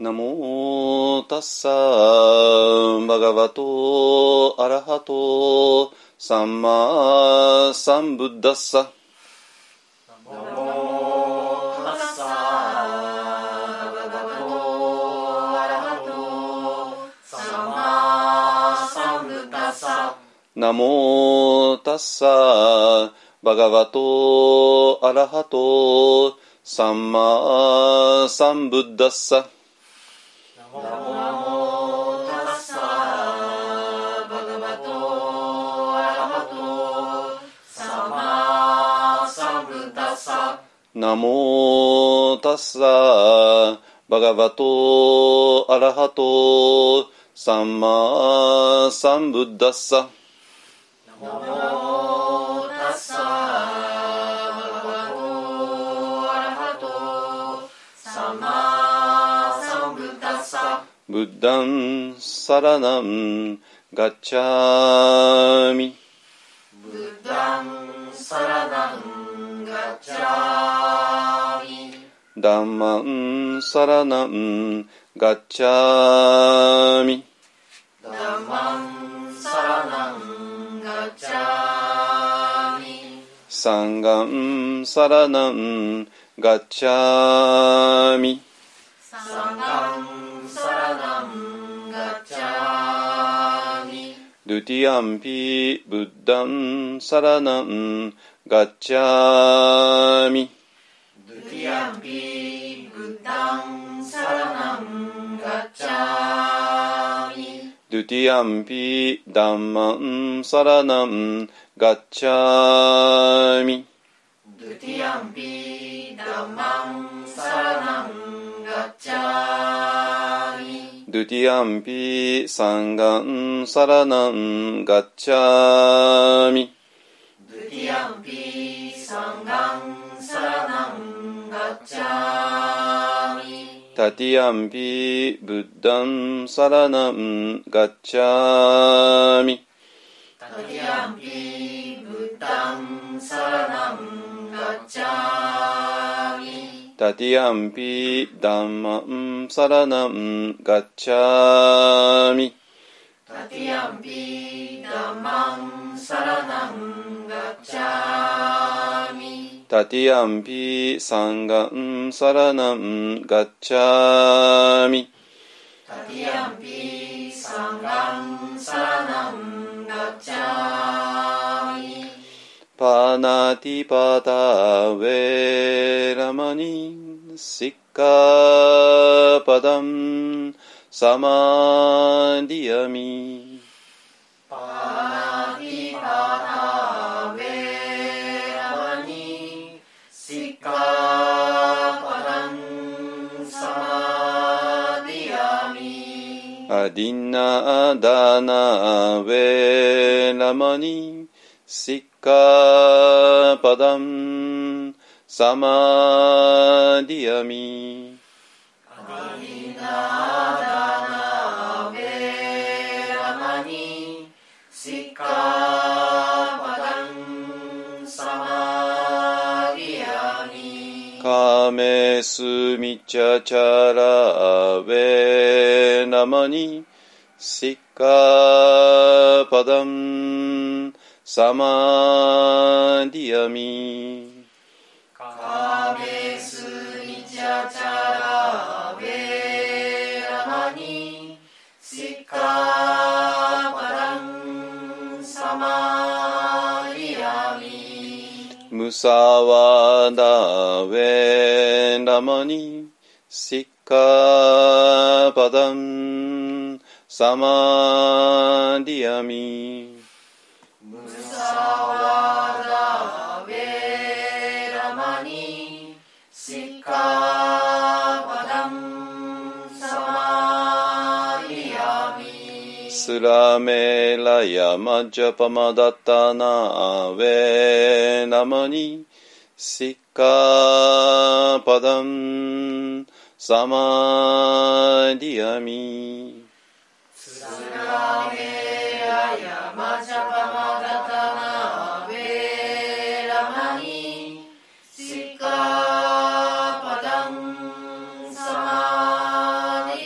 ナモタッサーバガバトアラハトサンマサンブッダッサ。 ナモタッサーバガバトアラハトサンマサンブッダッサ。 ナモタッサーバガバトアラハトサンマサンブッダッサ。 ナモタッサーバガバトアラハトサンマサンブッダッサ。 ナモタッサーバガバトアラハトサンマサンブッダッサ。 ナモタッサーバガバトアラハトサンマサンブッダッサ。 ブッダンサラナンガッチャミ。 ブッダンサラナンガッチャミ。 ダンマンサラナンガッチャミ。 ダンマンサラナンガッチャミ。 サンガンサラナンガッチャミ。 サンガンサラナンガッチャミ。 ドゥティアンピブッダンサラナンガッチャミ。 ドゥティアンピブッダンサラナンガッチャミ。 ドゥティアンピダンマンサラナンガッチャミ。 ドゥティアンピダンマンサラナンガッチャミ。 ドゥティアンピサンガンサラナンガッチャミ。 ドゥティアンピサンガンサラナンガッチャミ。 タティアンピブッダンサラナンガッチャミ。 タティアンピブッダンサラナンガッチャミ。 タティアンピダンマンサラナンガッチャミ。 タティアンピダンマンサラナンガッチャミ。 タティアンピサンガンサラナンガッチャミ。 タティアンピサンガンサラナンガッチャミ。 パナティパタウェラマニシッカパダンサマディアミ。 パナティパタウェラマニシッカパダンサマディアミ。 アディナダナウェラマニシッカパダンサマディアミ。 アディナダナウェラマニシッカパダンサマディアミ。 カメスミチャチャラウェラマニシッカパダンサマディアミ。 カメスミチャチャラウェラマニシッカパダンサマディアミ。 ムサワダウェラマニシッカパダンサマディアミ。 ムサワダウェラマニシッカパダンサマディアミ。 スラメラヤマジャパマダタナウェラマニシッカパダンサマディアミ。 スラメラヤマジャパマダタナウェラマニシッカパダンサマデ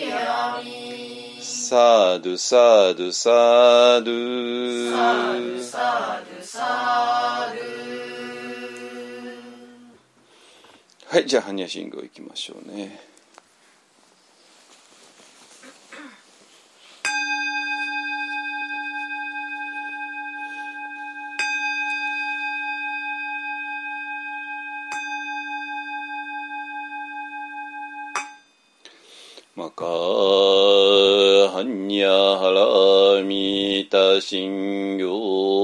サドゥサドゥサドゥサドゥサドゥサドゥ。 はい、じゃあ般若心経いきましょうね。マカハンニャハラミタ心経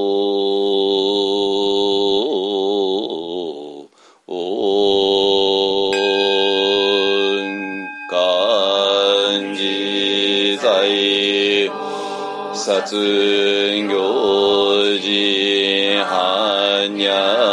漢字在殺行事般若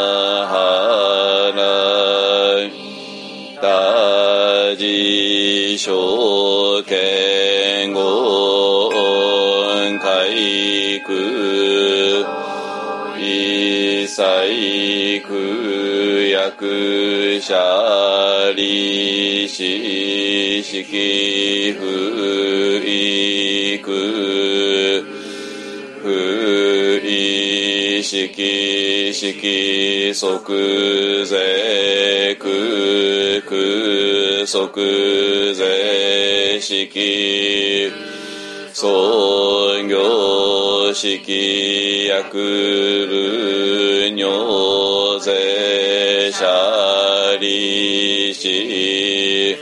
ハラミタ自称見言開空一切空役者利子式不意空不意識式即是空空即是式創業式薬部尿税者利子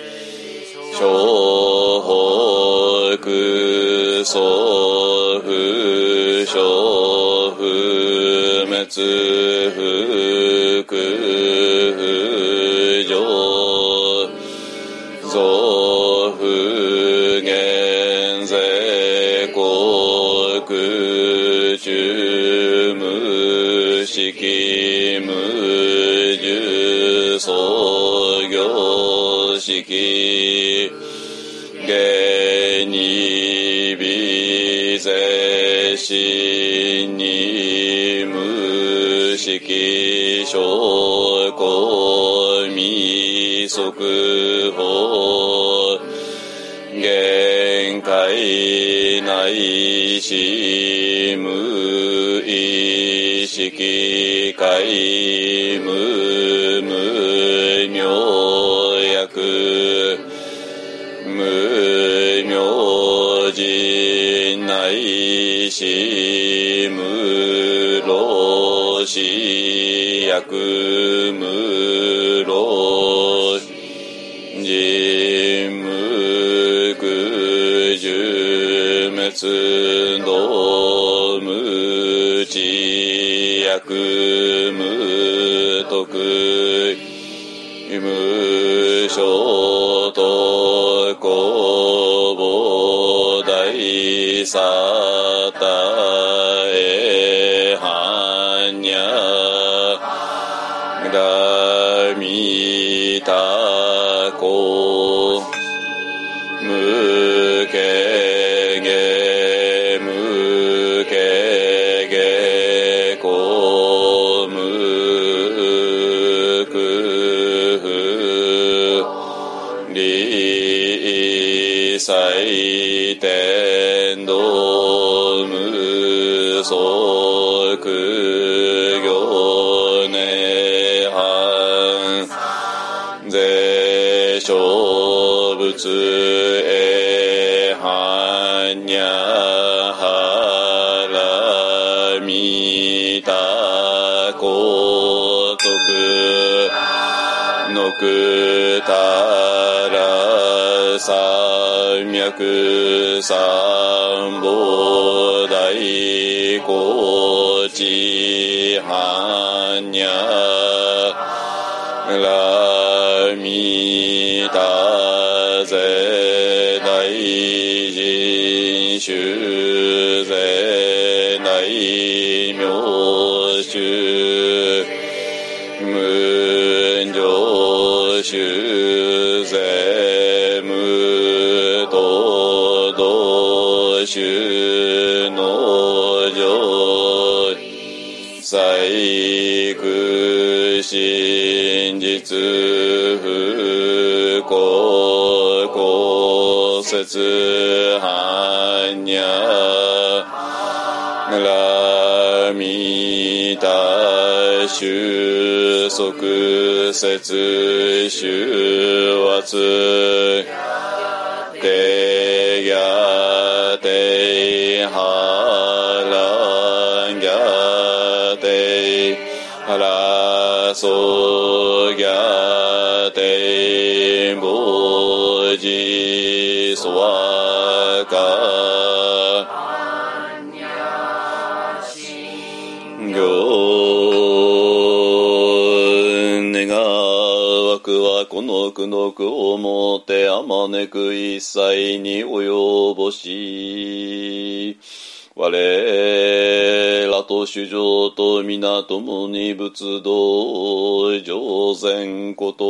小法空相不小不滅不空不上増不減税国中無式無住創業式下に微税心に無式証拠未速報限界内し無意識界無無明薬無明人内し無老死薬無老人無苦十滅道無知薬無徳無所得公母大サタエ般若ラミタコ無形下無形下公無空理祭天道無足行涅槃税小仏へ般若波羅蜜多高徳のくたら三脈三宝大高知般若ラミタゼ大臣衆税大名衆無常衆税無道道衆の上最空真実不公公説般若ャラミタ収束節収圧テギャテハラギャテハラソギャテボジソワカ行願わくはこの苦毒をもてあまねく一切に及ぼし我らと主情と皆共に仏道上善こと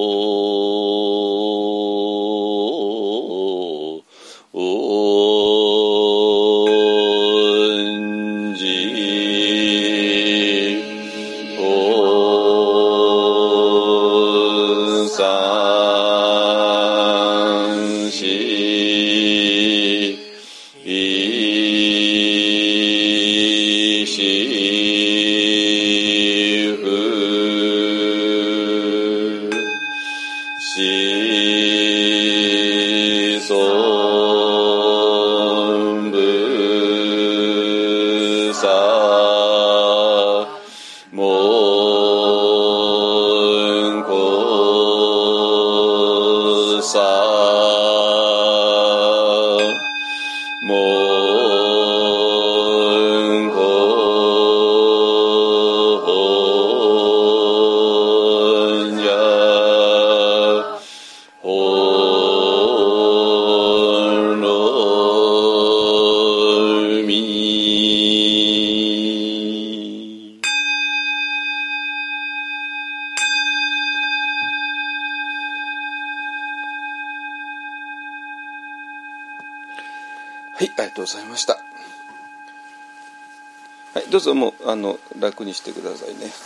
はい、ありがとうございました。はい、どうぞもう楽にしてくださいね。ちょっと。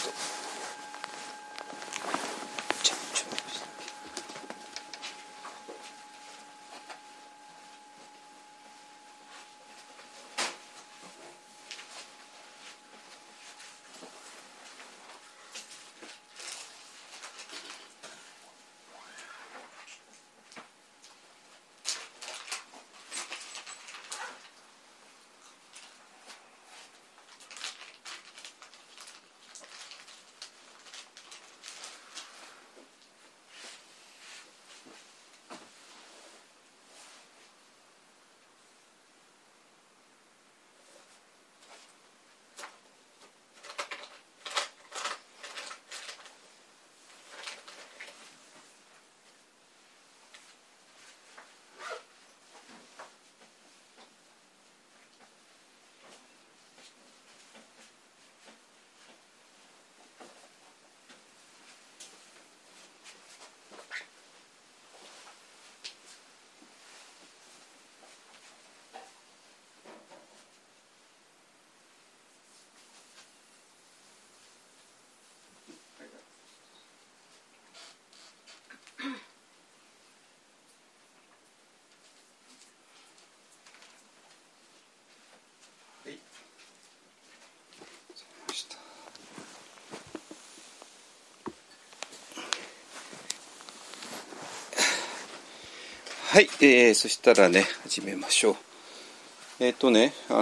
はい、そしたらね始めましょう。昨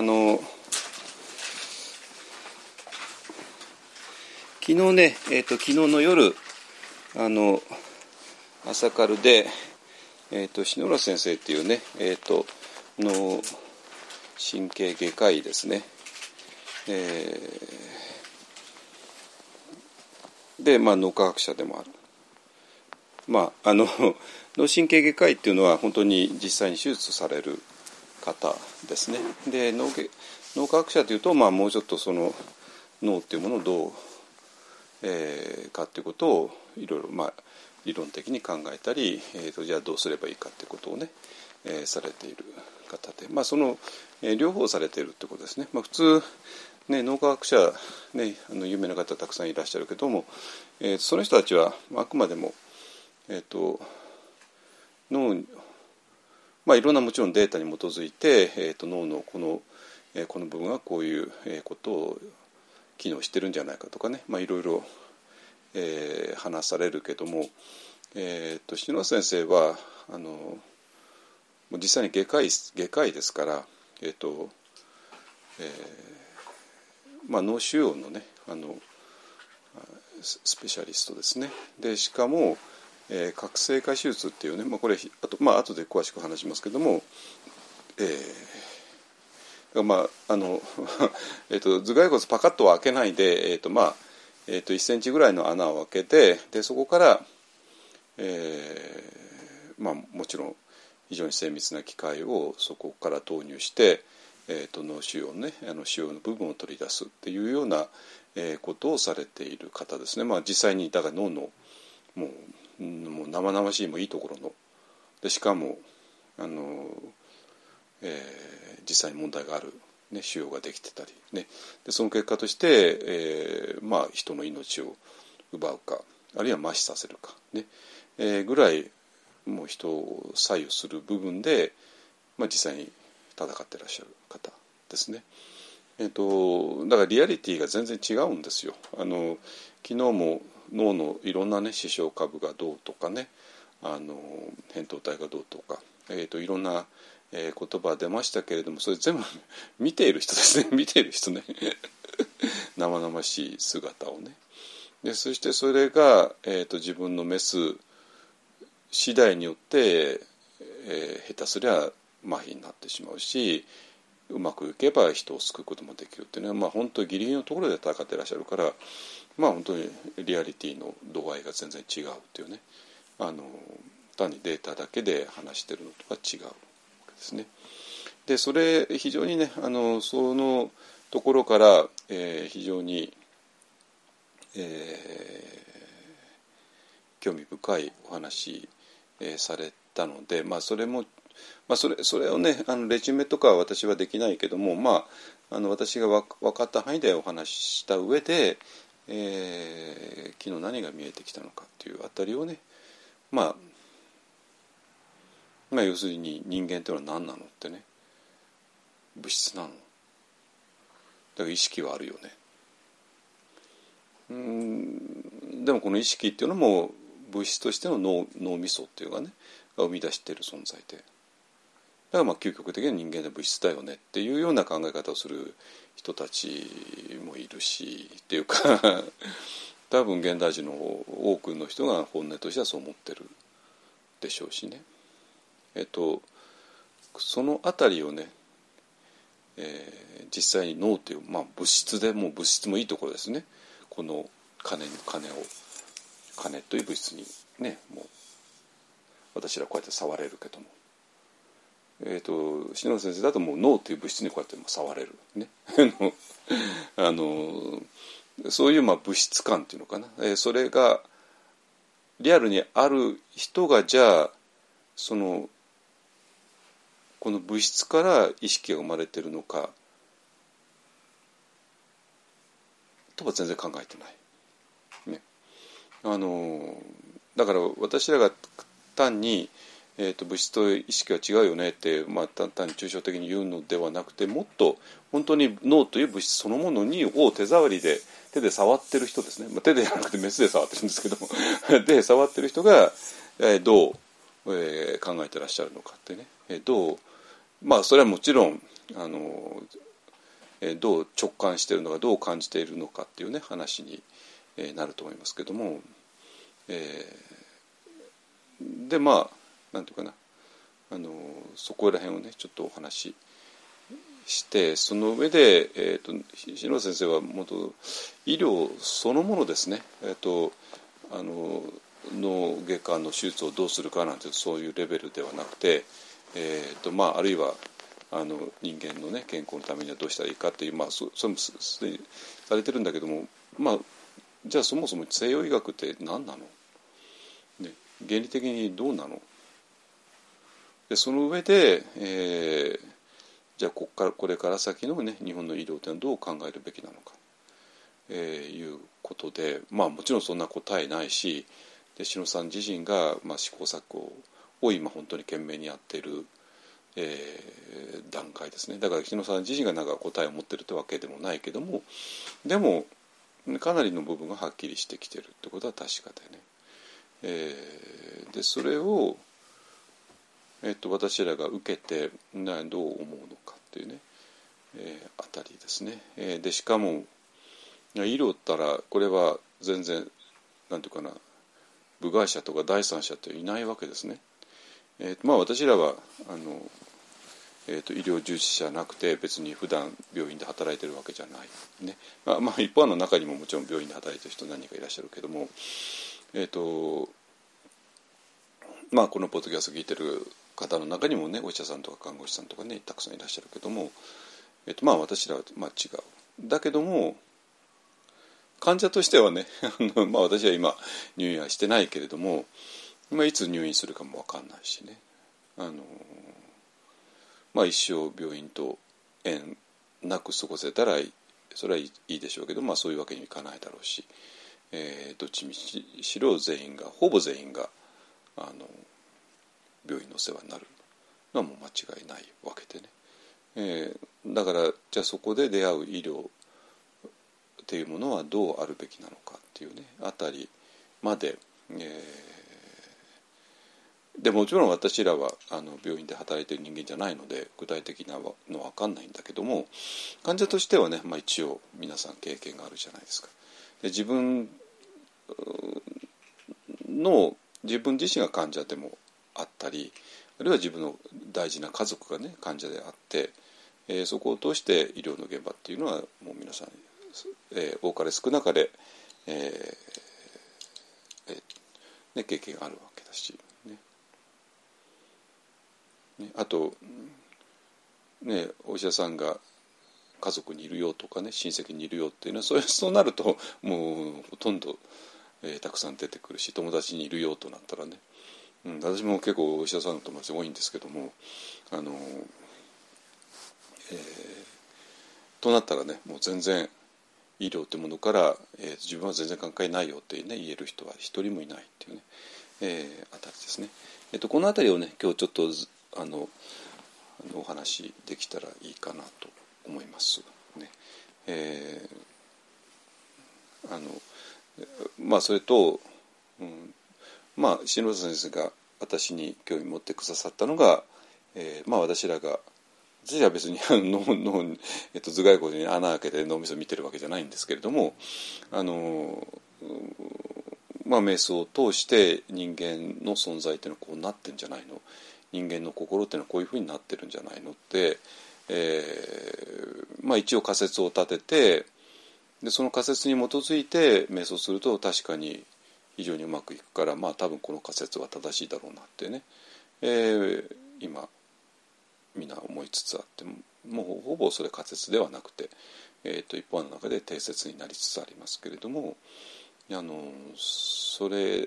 日ね、昨日の夜朝カルで篠原先生っていうねの神経外科医ですね。で脳科学者でもある。脳神経外科医っていうのは本当に実際に手術される方ですね。で脳科学者というと、もうちょっとその脳っていうものをどう、かっていうことをいろいろ理論的に考えたり、じゃあどうすればいいかっていうことをね、されている方で、その、両方されているってことですね。普通ね、脳科学者、ね、有名な方たくさんいらっしゃるけども、その人たちはあくまでも脳いろんなもちろんデータに基づいて、脳のこの部分はこういうことを機能してるんじゃないかとかね、いろいろ、話されるけども、篠田先生は実際に外科医ですから、脳腫瘍のねスペシャリストですね。でしかも、覚醒化手術っていうね、これ後で詳しく話しますけども、頭蓋骨パカッとは開けないで、1センチぐらいの穴を開けて、でそこから、もちろん非常に精密な機械をそこから投入して、脳腫瘍のね腫瘍の部分を取り出すっていうような、ことをされている方ですね。実際にだから脳のもう生々しいもいいところので、しかも実際に問題がある、ね、腫瘍ができてたり、ね、でその結果として、人の命を奪うか、あるいは麻痺させるか、ねぐらいもう人を左右する部分で、実際に戦ってらっしゃる方ですね。だからリアリティが全然違うんですよ。昨日も脳のいろんなね視床下部がどうとかね、扁桃体がどうとか、いろんな、言葉出ましたけれども、それ全部見ている人ですね。見ている人ね生々しい姿をね。でそしてそれが、自分のメス次第によって、下手すりゃ麻痺になってしまうし、うまくいけば人を救うこともできるっていうのは、本当にギリギリのところで戦っていらっしゃるから、本当にリアリティの度合いが全然違うっていうね、単にデータだけで話してるのとは違うわけですね。でそれ非常にねそのところから、非常に、興味深いお話、されたので、それもそれをねレジュメとかは私はできないけども、私が分かった範囲でお話しした上で、昨日何が見えてきたのかっていうあたりをね、要するに人間というのは何なのってね、物質なのだから意識はあるよね。でもこの意識っていうのも物質としての脳みそっていうかねが生み出している存在で、だから究極的に人間で物質だよねっていうような考え方をする人たちもいるしっていうか多分現代人の多くの人が本音としてはそう思ってるでしょうしね。そのあたりをね、実際に脳という、物質でもう物質もいいところですね。この金という物質にね、もう私らこうやって触れるけども、篠田先生だともう脳という物質にこうやって触れるねそういう物質感っていうのかな、それがリアルにある人がじゃあこの物質から意識が生まれているのかとは全然考えてない、ね、だから私らが単に、物質と意識が違うよねって、単に抽象的に言うのではなくて、もっと本当に脳という物質そのものを手触りで手で触ってる人ですね、手でじゃなくてメスで触ってるんですけどもで触ってる人が、どう、考えてらっしゃるのかってね、どうそれはもちろんどう直感しているのかどう感じているのかっていうね話になると思いますけども、でなんていうかなそこら辺をねちょっとお話しして、その上で、篠田先生は元医療そのものですね、脳外科の手術をどうするかなんてそういうレベルではなくて、あるいは人間の、ね、健康のためにはどうしたらいいかっていう、それもすでにされてるんだけども、じゃあそもそも西洋医学って何なの、ね、原理的にどうなので、その上で、じゃあこれから先の、ね、日本の医療というのはどう考えるべきなのか、いうことで、もちろんそんな答えないし、で篠さん自身が、試行錯誤を今本当に懸命にやっている段階ですね。だから日野さん自身がなんか答えを持ってるってわけでもないけども、でもかなりの部分がはっきりしてきてるってことは確かでね、でそれを、私らが受けてどう思うのかっていうね、あたりですね。でしかも医療ったらこれは全然なんていうかな、部外者とか第三者っていないわけですね。私らは医療従事者じゃなくて別に普段病院で働いてるわけじゃない、ね。一般の中にももちろん病院で働いてる人何人かいらっしゃるけども、このポッドキャスト聞いてる方の中にもね、お医者さんとか看護師さんとかねたくさんいらっしゃるけども、私らは違う。だけども患者としてはね私は今入院はしてないけれども、いつ入院するかも分かんないしね、一生病院と縁なく過ごせたらそれはいいでしょうけど、そういうわけにはいかないだろうし、どっちにしろほぼ全員が病院の世話になるのはもう間違いないわけでね、だからじゃあそこで出会う医療っていうものはどうあるべきなのかっていうねあたりまで、でもちろん私らは病院で働いている人間じゃないので具体的なのは分かんないんだけども、患者としてはね、一応皆さん経験があるじゃないですか。で自分自身が患者でもあったり、あるいは自分の大事な家族がね患者であって、そこを通して医療の現場っていうのはもう皆さん、多かれ少なかれ、経験があるわけだし、あと、お医者さんが家族にいるよとかね親戚にいるよっていうのはそうなるともうほとんど、たくさん出てくるし、友達にいるよとなったらね、私も結構お医者さんの友達多いんですけども、となったらねもう全然医療ってものから、自分は全然関係ないよって、言える人は一人もいないっていうね、あたりですね。このあたりをね今日ちょっとお話できたらいいかなと思いますね。それと、篠田先生が私に興味持ってくださったのが、私らは別に頭蓋骨に穴開けて脳みそ見てるわけじゃないんですけれども、瞑想を通して人間の存在っていうのはこうなってんじゃないの、人間の心っていうのはこういうふうになってるんじゃないのって、一応仮説を立てて、でその仮説に基づいて瞑想すると確かに非常にうまくいくから、多分この仮説は正しいだろうなってね、今みんな思いつつあって、もうほぼそれ仮説ではなくて、一般の中で定説になりつつありますけれども、それ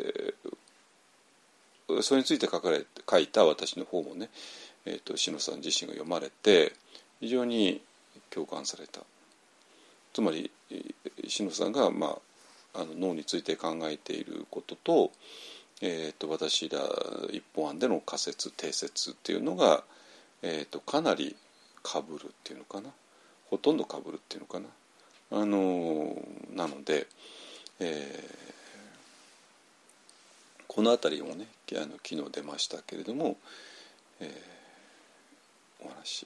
について書いた私の方もね、篠さん自身が読まれて非常に共感された。つまり篠さんが、脳について考えていることと、私ら一本案での仮説定説っていうのが、かなり被るっていうのかな、ほとんど被るっていうのかな、なので、この辺りもね昨日出ましたけれども、お話、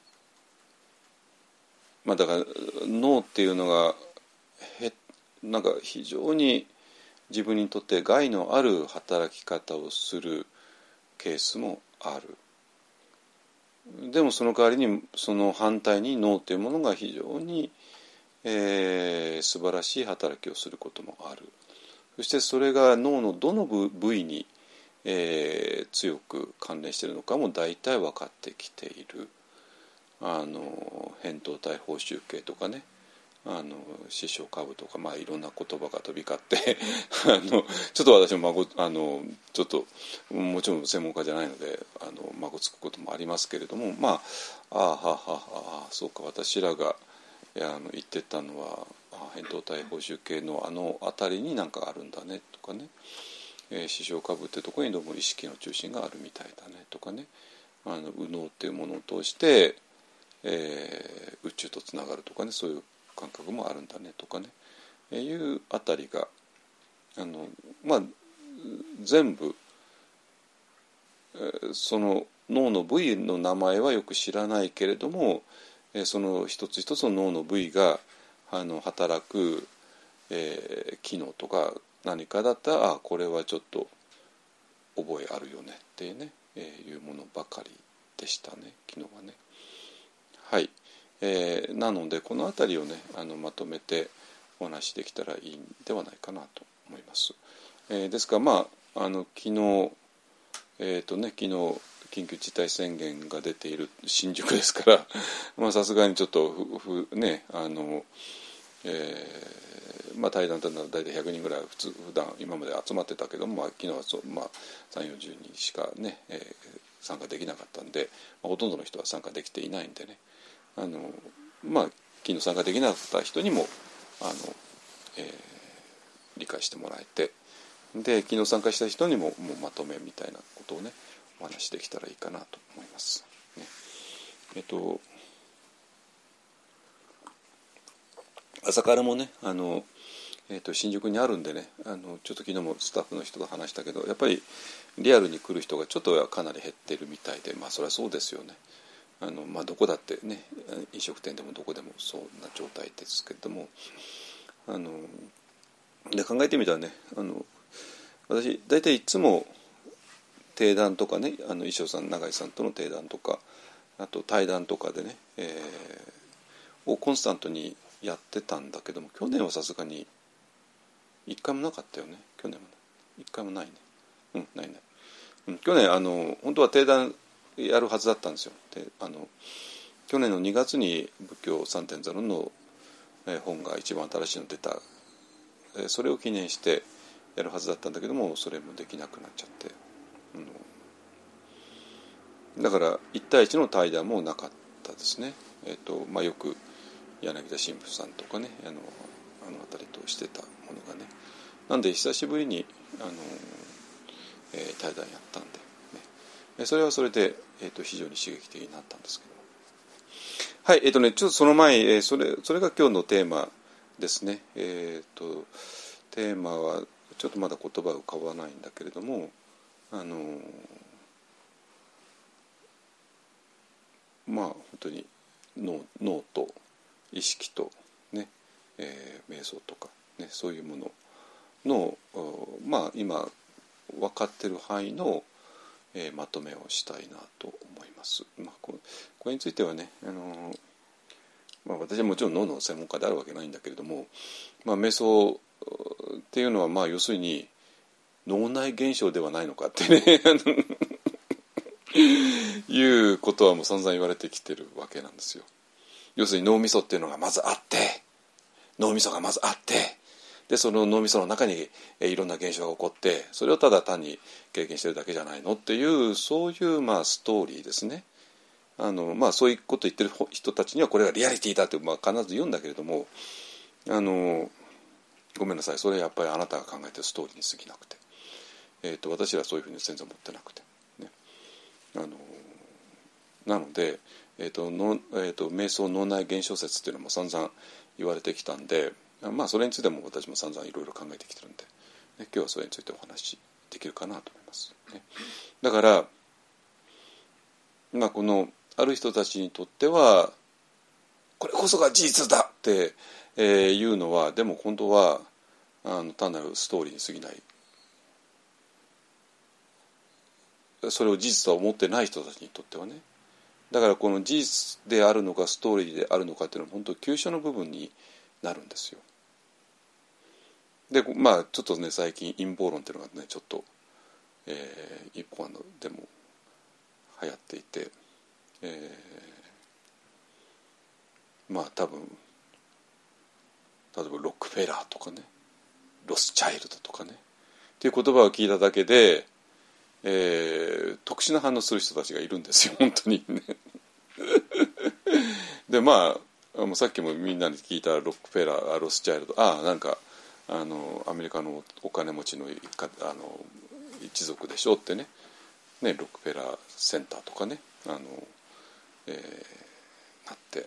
だから脳っていうのがなんか非常に自分にとって害のある働き方をするケースもある。でもその代わりにその反対に脳というものが非常に、素晴らしい働きをすることもある。そしてそれが脳のどの部位に、強く関連しているのかも大体分かってきている。扁桃体報酬系とかね、視床下部とか、いろんな言葉が飛び交ってちょっと私もちょっともちろん専門家じゃないので孫つくこともありますけれども、そうか、私らが言ってたのは扁桃体報酬系のあたりになんかあるんだねとかね、視床下部ってところにどうも意識の中心があるみたいだねとかね、 右脳っていうものを通して、宇宙とつながるとかね、そういう感覚もあるんだねとかね、いうあたりがまあ全部、その脳の部位の名前はよく知らないけれども、その一つ一つの脳の部位が働く、機能とか何かだったら、これはちょっと覚えあるよねっていうね、いうものばかりでしたね、昨日はね。はい、なのでこの辺りをねまとめてお話しできたらいいんではないかなと思います。ですからまあ昨日昨日緊急事態宣言が出ている新宿ですからまあさすがにちょっとねまあ、対談というのは大体100人ぐらい普段今まで集まってたけども、昨日は3、40人しかね、参加できなかったんで、ほとんどの人は参加できていないんでね、昨日参加できなかった人にも理解してもらえて、で昨日参加した人にももうまとめみたいなことをねお話しできたらいいかなと思います、ね。朝からもね新宿にあるんでねちょっと昨日もスタッフの人と話したけど、やっぱりリアルに来る人がちょっとはかなり減ってるみたいで、それはそうですよね。どこだってね飲食店でもどこでもそうな状態ですけれども、で考えてみたらね私大体いつも定談とかね衣装さん永井さんとの定談とかあと対談とかでね、をコンスタントにやってたんだけども、去年はさすがに一回もなかったよね。去年も一回もないね。ないね。去年本当は定談やるはずだったんですよ。で去年の2月に仏教 3.0 の本が一番新しいの出た、それを記念してやるはずだったんだけども、それもできなくなっちゃって、だから1対1の対談もなかったですね。よく柳田神父さんとかねあの辺りとしてたものがね、なんで久しぶりに対談やったんで、ね、それはそれで、非常に刺激的になったんですけど、はいちょっとその前、それが今日のテーマですね。テーマはちょっとまだ言葉が浮かばないんだけれども、本当に脳と意識とね、瞑想とかね、そういうものの今分かってる範囲の、まとめをしたいなと思います。これについてはね私はもちろん脳の専門家であるわけないんだけれども、瞑想っていうのは要するに脳内現象ではないのかってねいうことはもう散々言われてきてるわけなんですよ。要するに脳みそっていうのがまずあって、でその脳みその中にいろんな現象が起こって、それをただ単に経験してるだけじゃないのっていう、そういうストーリーですね。そういうこと言ってる人たちにはこれがリアリティだって必ず言うんだけれども、ごめんなさい、それやっぱりあなたが考えてるストーリーに過ぎなくて、私はそういうふうに全然思ってなくて、ね、なので、瞑想脳内現象説っていうのも散々言われてきたんで、それについても私も散々いろいろ考えてきてるんで、ね、今日はそれについてお話しできるかなと思います、ね。だからこのある人たちにとってはこれこそが事実だって、いうのはでも本当は単なるストーリーに過ぎない、それを事実とは思ってない人たちにとってはね。だからこの事実であるのかストーリーであるのかっていうのは本当に急所の部分になるんですよ。でちょっとね最近陰謀論っていうのがねちょっと、一般でも流行っていて、多分例えばロックフェラーとかねロスチャイルドとかねっていう言葉を聞いただけで、特殊な反応する人たちがいるんですよ本当にねでさっきもみんなに聞いたロックフェラーロスチャイルド、なんかアメリカのお金持ちの一族でしょってねロックフェラーセンターとかねなって、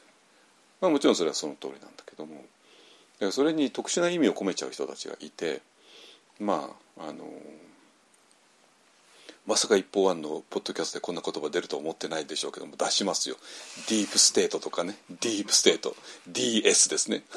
もちろんそれはその通りなんだけども、それに特殊な意味を込めちゃう人たちがいて、まさか一方案のポッドキャストでこんな言葉出ると思ってないでしょうけども出しますよ。ディープステートとかね、ディープステート DS ですね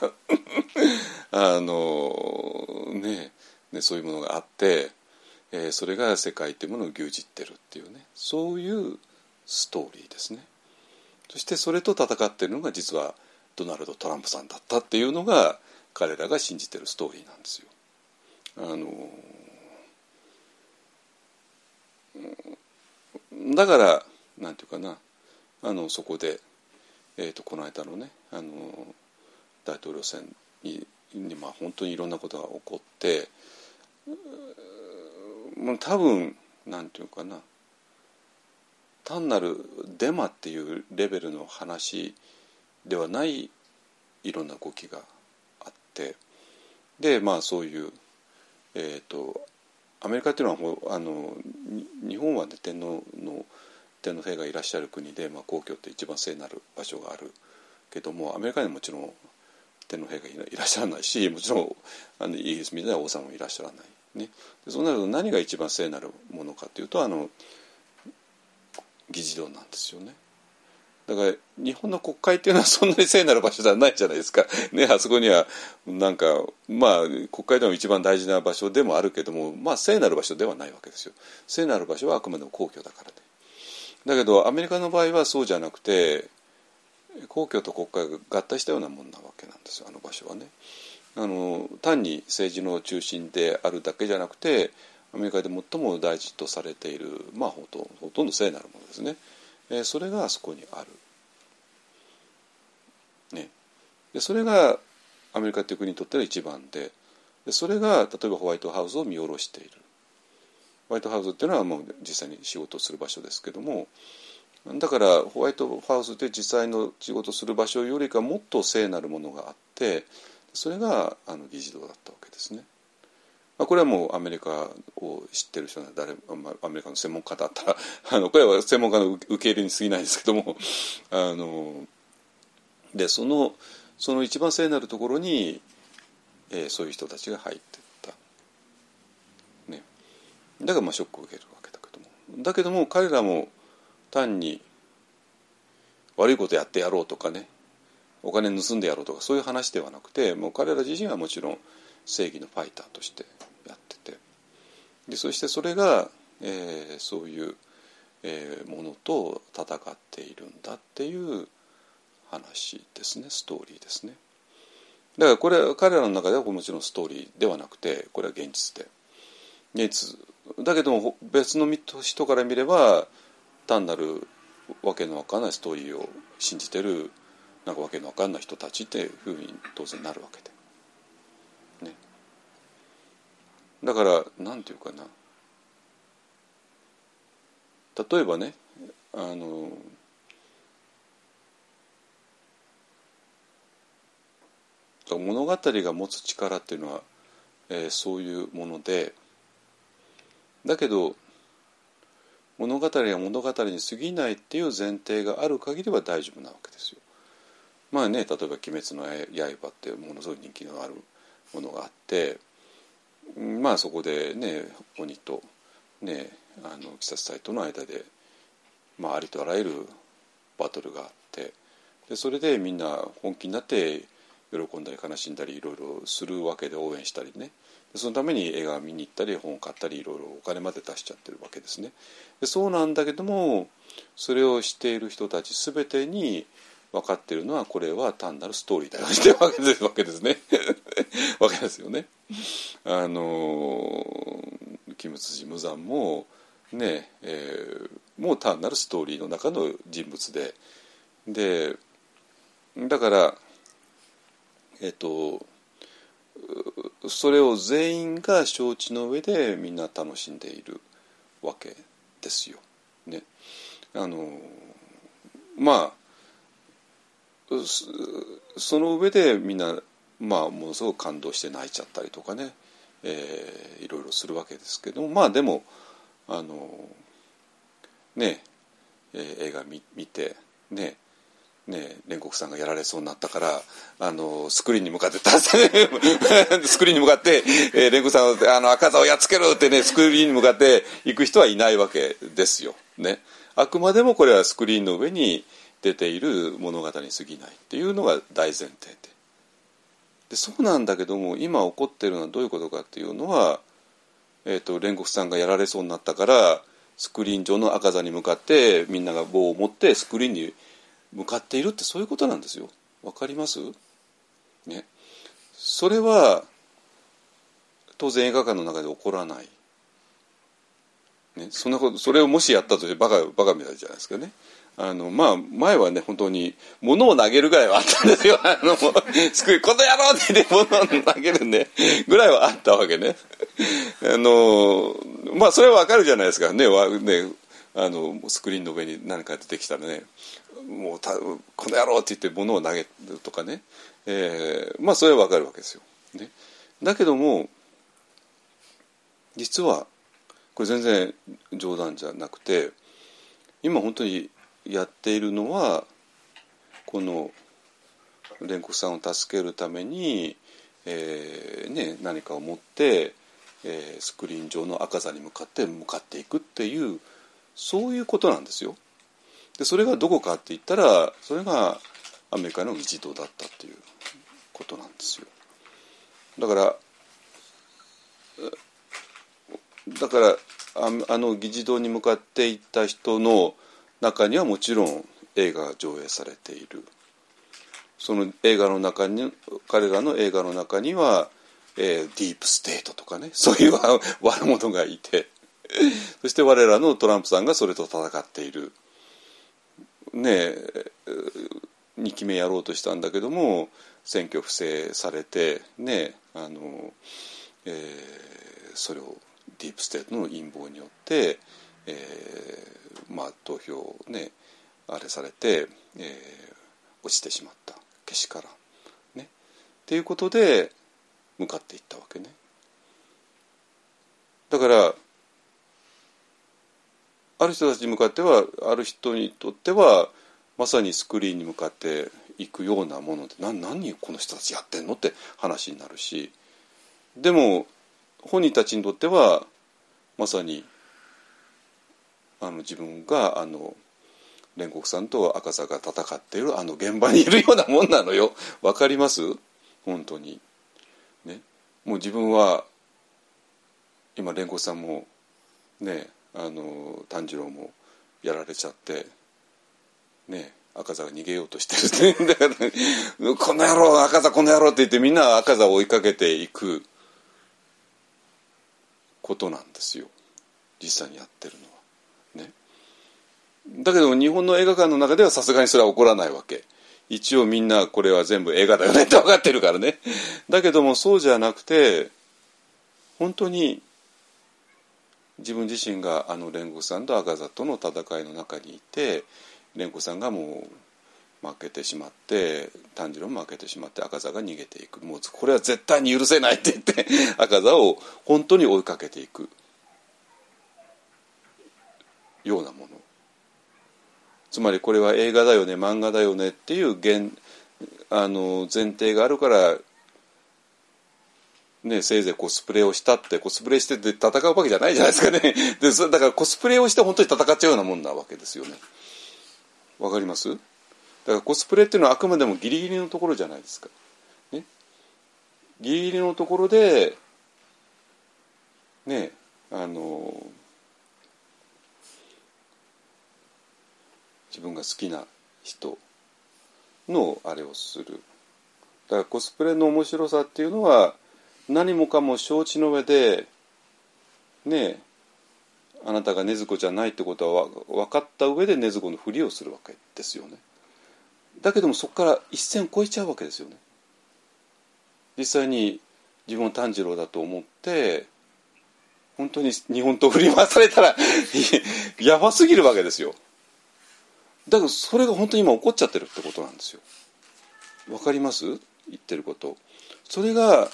そういうものがあって、それが世界というものを牛耳ってるっていうね、そういうストーリーですね。そしてそれと戦っているのが実はドナルド・トランプさんだったっていうのが彼らが信じてるストーリーなんですよ。だからなんていうかな、そこで、この間のね大統領選に本当にいろんなことが起こって、多分なんていうかな、単なるデマっていうレベルの話ではないいろんな動きがあって、でそういうアメリカっていうのは日本は、ね、天皇陛がいらっしゃる国で、皇居って一番聖なる場所があるけども、アメリカにはもちろん天皇陛下いらっしゃらないし、もちろんイギリスみたいな王様もいらっしゃらない、ね、でそうなると何が一番聖なるものかというと議事堂なんですよね。だから日本の国会っていうのはそんなに聖なる場所じゃないじゃないですか、ね、あそこにはなんか国会でも一番大事な場所でもあるけども、聖なる場所ではないわけですよ。聖なる場所はあくまでも皇居だからね。だけどアメリカの場合はそうじゃなくて、皇居と国会が合体したようなもんなわけなんですよ、あの場所はね。単に政治の中心であるだけじゃなくて、アメリカで最も大事とされている、ほとんど聖なるものですね。それがあそこにある、ね、でそれがアメリカという国にとっては一番で、それが例えばホワイトハウスを見下ろしている。ホワイトハウスっていうのはもう実際に仕事をする場所ですけども、だからホワイトハウスで実際の仕事をする場所よりかもっと聖なるものがあって、それが議事堂だったわけですね。これはもうアメリカを知ってる人はアメリカの専門家だったらこれは専門家の受け入れに過ぎないんですけどもでその一番聖なるところに、そういう人たちが入っていった、ね、だからショックを受けるわけだけども彼らも単に悪いことやってやろうとかね、お金盗んでやろうとかそういう話ではなくて、もう彼ら自身はもちろん正義のファイターとしてやってて、でそしてそれが、そういう、ものと戦っているんだっていう話ですね、ストーリーですね。だからこれ彼らの中ではもちろんストーリーではなくて、これは現実で、現実だけども別の人から見れば単なるわけのわかんないストーリーを信じてるなんかわけのわかんない人たちっていうふうに当然なるわけで、ね、だからなんていうかな、例えばね物語が持つ力っていうのは、そういうもので、だけど物語は物語に過ぎないっていう前提がある限りは大丈夫なわけですよ。例えば「鬼滅の刃」ってものすごい人気のあるものがあって、そこでね鬼とね鬼殺隊との間で、ありとあらゆるバトルがあって、でそれでみんな本気になって喜んだり悲しんだりいろいろするわけで、応援したりね、そのために映画見に行ったり本を買ったりいろいろお金まで出しちゃってるわけですね。でそうなんだけども、それをしている人たち全てに分かっているのは、これは単なるストーリーだよってわけですねわけですよね。鬼辻無惨もね、もう単なるストーリーの中の人物で、だからそれを全員が承知の上でみんな楽しんでいるわけですよ。ね、その上でみんな、ものすごく感動して泣いちゃったりとかね、いろいろするわけですけども、でもね、映画見てね煉獄さんがやられそうになったからスクリーンに向かってスクリーンに向かって煉獄さんを赤座をやっつけるってねスクリーンに向かって行く人はいないわけですよね。あくまでもこれはスクリーンの上に出ている物語に過ぎないっていうのが大前提で、そうなんだけども今起こっているのはどういうことかっていうのは、煉獄さんがやられそうになったからスクリーン上の赤座に向かってみんなが棒を持ってスクリーンに向かっているってそういうことなんですよ。わかります？ね。それは当然映画館の中で起こらない。ね、そんなことそれをもしやったとしてバカみたいじゃないですかね。前はね本当に物を投げるぐらいはあったんですよ。スクリーンこの野郎って言って物を投げるねぐらいはあったわけね。それはわかるじゃないですかね。スクリーンの上に何か出てきたらねもうこの野郎って言って物を投げるとかね、それはわかるわけですよ、ね、だけども実はこれ全然冗談じゃなくて今本当にやっているのはこの煉獄さんを助けるために、何かを持って、スクリーン上の赤座に向かっていくっていうそういうことなんですよ。でそれがどこかって言ったらそれがアメリカの議事堂だったっていうことなんですよ。だから議事堂に向かっていった人の中にはもちろん映画が上映されている。その映画の中に彼らの映画の中には、ディープステートとかねそういう悪者がいてそして我らのトランプさんがそれと戦っている。ね2期目やろうとしたんだけども選挙不正されてねそれをディープステートの陰謀によって、投票をねあれされて、落ちてしまったけしからんねっていうことで向かっていったわけね。だからある人たちに向かってはある人にとってはまさにスクリーンに向かっていくようなもので何この人たちやってんのって話になるし、でも本人たちにとってはまさに自分が煉獄さんと赤座が戦っている現場にいるようなもんなのよ。わかります？本当にね。もう自分は今煉獄さんもね炭治郎もやられちゃってね赤座が逃げようとしてるだから、ね、この野郎赤座この野郎って言ってみんな赤座を追いかけていくことなんですよ実際にやってるのはね。だけど日本の映画館の中ではさすがにそれは起こらないわけ。一応みんなこれは全部映画だよねって分かってるからね。だけどもそうじゃなくて本当に自分自身が煉獄さんと赤座との戦いの中にいて蓮子さんがもう負けてしまって炭治郎も負けてしまって赤座が逃げていく。もうこれは絶対に許せないって言って赤座を本当に追いかけていくようなもの。つまりこれは映画だよね漫画だよねっていう前提があるからね、せいぜいコスプレをしたってコスプレして戦うわけじゃないじゃないですかね。でだからコスプレをして本当に戦っちゃうようなもんなわけですよね。わかります？だからコスプレっていうのはあくまでもギリギリのところじゃないですか、ね、ギリギリのところでね自分が好きな人のあれをする。だからコスプレの面白さっていうのは何もかも承知の上でねあなたが禰豆子じゃないってことは分かった上で禰豆子のふりをするわけですよね。だけどもそこから一線を越えちゃうわけですよね。実際に自分を炭治郎だと思って本当に日本刀を振り回されたらやばすぎるわけですよ。だけどそれが本当に今起こっちゃってるってことなんですよ。わかります？言ってること。それが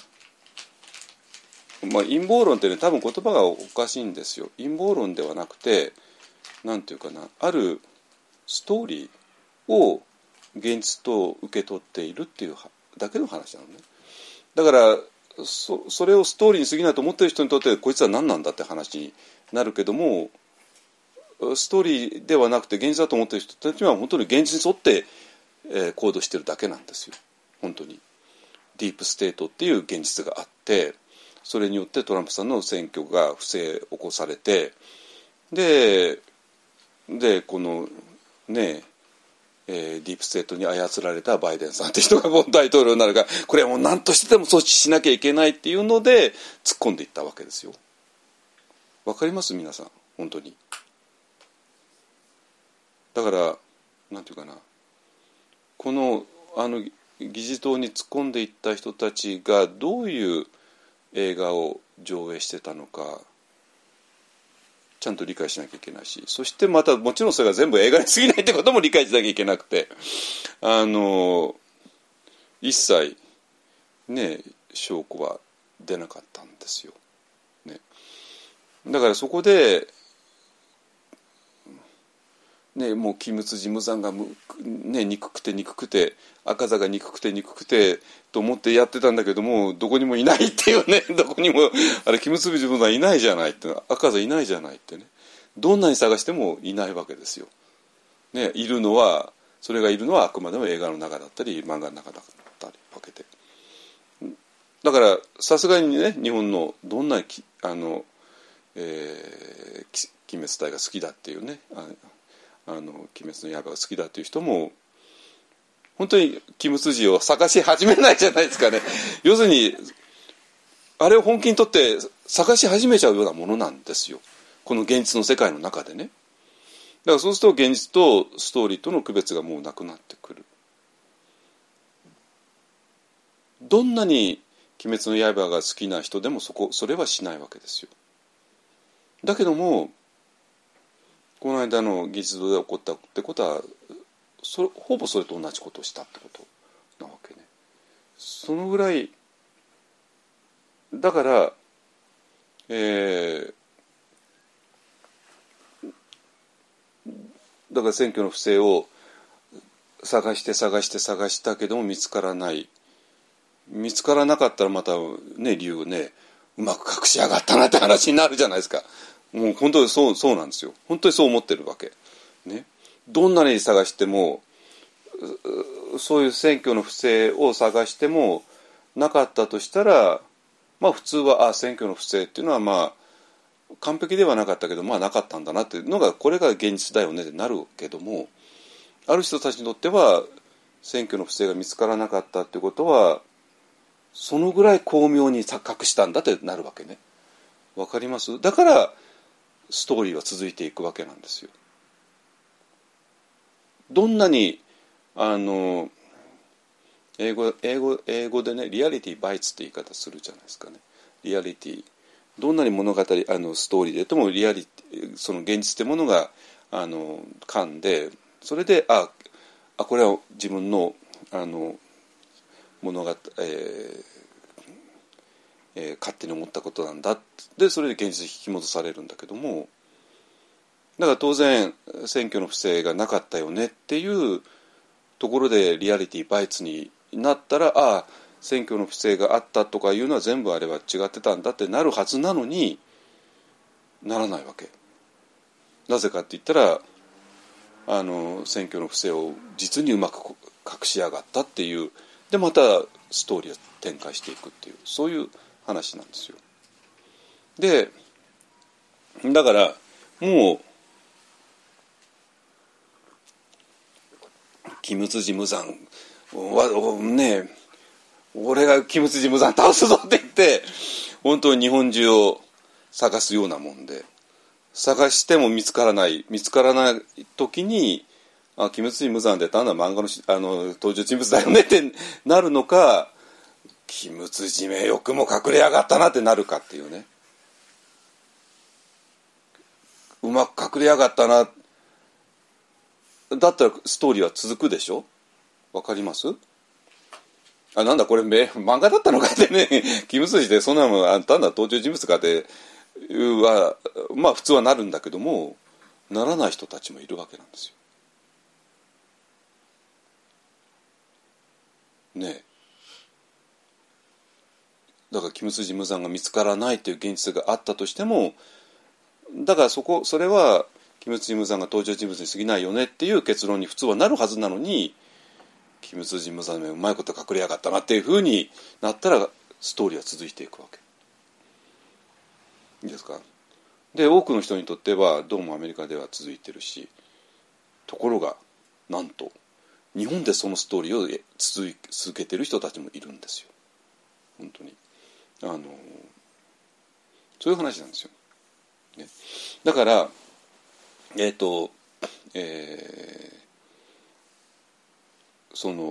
陰謀論ってね多分言葉がおかしいんですよ。陰謀論ではなくてなんていうかな、あるストーリーを現実と受け取っているっていうだけの話なのね。だからそれをストーリーに過ぎないと思っている人にとってこいつは何なんだって話になるけども、ストーリーではなくて現実だと思っている人たちは本当に現実に沿って、行動しているだけなんですよ。本当にディープステートっていう現実があって、それによってトランプさんの選挙が不正起こされて、でこのねディープステートに操られたバイデンさんって人が大統領になるから、これはもう何としてでも阻止しなきゃいけないっていうので突っ込んでいったわけですよ。わかります皆さん、本当に。だからなんていうかな、この議事堂に突っ込んでいった人たちがどういう映画を上映してたのかちゃんと理解しなきゃいけないし、そしてまたもちろんそれが全部映画に過ぎないってことも理解しなきゃいけなくて、一切ね証拠は出なかったんですよ、ね、だからそこでね、もう機密事務残が、ね、憎くて赤座が憎くてと思ってやってたんだけども、どこにもいないっていうね、どこにもあれ機密事務残いないじゃないって、赤座いないじゃないってね、どんなに探してもいないわけですよ、ね、それがいるのはあくまでも映画の中だったり漫画の中だったりわけで、だからさすがにね、日本のどんな鬼滅隊が好きだっていうね、鬼滅の刃が好きだっていう人も本当に鬼滅寺を探し始めないじゃないですかね。要するにあれを本気にとって探し始めちゃうようなものなんですよ、この現実の世界の中でね。だからそうすると現実とストーリーとの区別がもうなくなってくる。どんなに鬼滅の刃が好きな人でもそれはしないわけですよ。だけどもこの間の議事堂で起こったってことはほぼそれと同じことをしたってことなわけね。そのぐらいだから、だから選挙の不正を探したけども見つからない、見つからなかったらまたね理由ねうまく隠しやがったなって話になるじゃないですか。もう本当にそうなんですよ。本当にそう思ってるわけね。どんなに探してもそういう選挙の不正を探してもなかったとしたら、まあ普通は選挙の不正っていうのはまあ完璧ではなかったけどまあなかったんだなっていうのがこれが現実だよねってなるけども、ある人たちにとっては選挙の不正が見つからなかったってことはそのぐらい巧妙に錯覚したんだってなるわけね。わかります？だからストーリーは続いていくわけなんですよ。どんなに英語でねリアリティバイツって言い方するじゃないですかね。リアリティ、どんなに物語ストーリーでともその現実ってものが噛んで、それでこれは自分の物語、勝手に思ったことなんだで、それで現実に引き戻されるんだけども、だから当然選挙の不正がなかったよねっていうところでリアリティバイツになったら、選挙の不正があったとかいうのは全部あれは違ってたんだってなるはずなのにならないわけ。なぜかって言ったら選挙の不正を実にうまく隠しやがったっていう、でまたストーリーを展開していくっていう、そういう話なんですよ。でだからもう鬼滅寺無惨ね、俺が鬼滅寺無惨倒すぞって言って本当に日本中を探すようなもんで、探しても見つからない時に鬼滅寺無惨って単なる漫画の登場人物だよねってなるのか、鬼滅寺めよくも隠れやがったなってなるかっていうね。うまく隠れやがったなだったらストーリーは続くでしょ。わかります？なんだこれ漫画だったのかってね鬼滅寺でそんなの単なる登場人物かっていうはまあ普通はなるんだけども、 ならない人たちもいるわけなんですよ。ねえ。だからキム・スジ無惨が見つからないという現実があったとしても、だからそれはキム・スジ無惨が登場人物に過ぎないよねっていう結論に普通はなるはずなのに、キム・スジ無惨がうまいこと隠れやがったなっていうふうになったらストーリーは続いていくわけ。いいですか。で多くの人にとってはどうもアメリカでは続いてるし、ところがなんと日本でそのストーリーを続けてる人たちもいるんですよ。本当にそういう話なんですよ、ね、だからその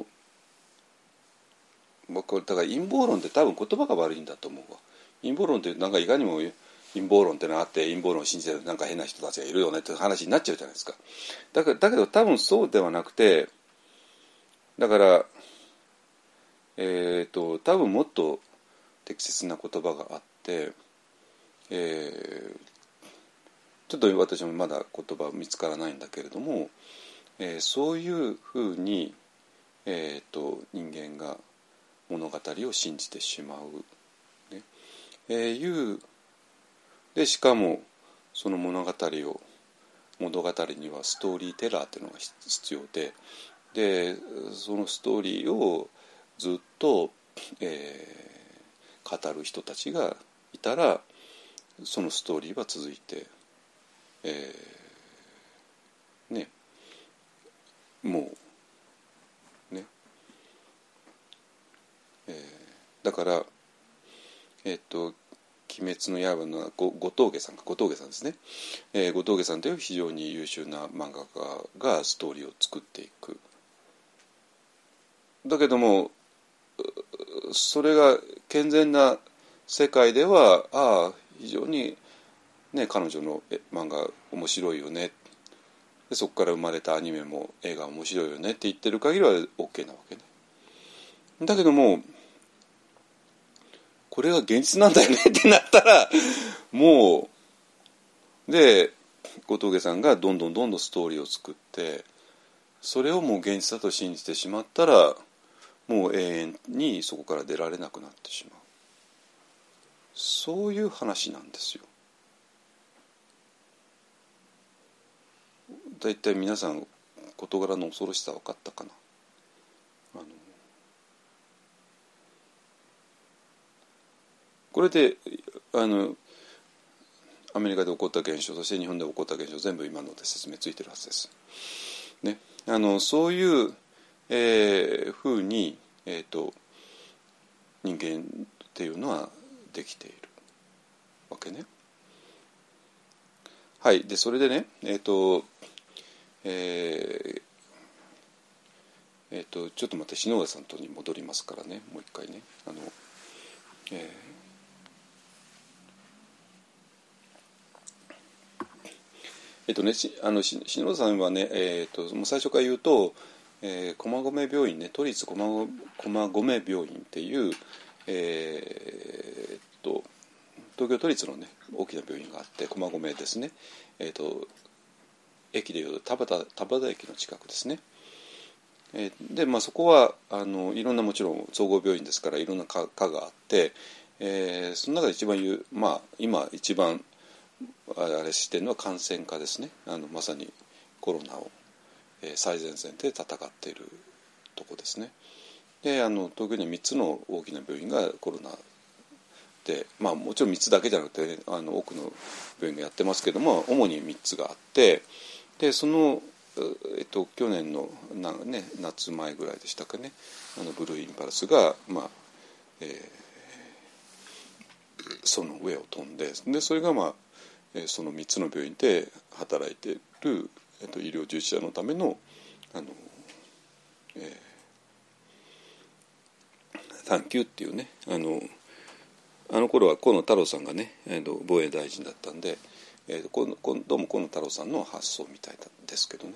これだから陰謀論って多分言葉が悪いんだと思うわ。陰謀論ってなんかいかにも陰謀論ってのがあって陰謀論を信じてるなんか変な人たちがいるよねって話になっちゃうじゃないですか。だけど多分そうではなくて、だから多分もっと適切な言葉があって、ちょっと私もまだ言葉見つからないんだけれども、そういうふうに、人間が物語を信じてしまう、ねいうでしかもその物語にはストーリーテラーっていうのが必要で、そのストーリーをずっと、語る人たちがいたらそのストーリーは続いて、ね、もうね、だから鬼滅の刃の後藤家さんですね、後藤家さんという非常に優秀な漫画家がストーリーを作っていく。だけどもそれが健全な世界では非常に、ね、彼女の漫画面白いよね、でそこから生まれたアニメも映画面白いよねって言ってる限りは OK なわけね。だけどもこれが現実なんだよねってなったらもうで後藤家さんがどんどんストーリーを作ってそれをもう現実だと信じてしまったらもう永遠にそこから出られなくなってしまう、そういう話なんですよ。だいたい皆さん事柄の恐ろしさ分かったかな。これでアメリカで起こった現象、そして日本で起こった現象全部今ので説明ついてるはずです、ね、そういうふうに、人間っていうのはできているわけね。はい。でそれでねちょっと待って、篠田さんとに戻りますからね、もう一回ね。篠田さんはね、もう最初から言うと、駒込病院ね、都立駒込病院っていう、東京都立のね大きな病院があって駒込ですね、駅でいうと田端駅の近くですね。でそこはいろんなもちろん総合病院ですからいろんな科があって、その中で一番今一番あれしてるのは感染科ですね。まさにコロナを、最前線で戦っているとこですね。で東京には3つの大きな病院がコロナで、もちろん3つだけじゃなくて、ね、多くの病院がやってますけども主に3つがあって、でその去年の夏前ぐらいでしたかね、ブルーインパルスが、その上を飛んで、それが、その3つの病院で働いている、医療従事者のための探求っていうね、あの頃は河野太郎さんがね防衛大臣だったんで、どうも河野太郎さんの発想みたいですけどね、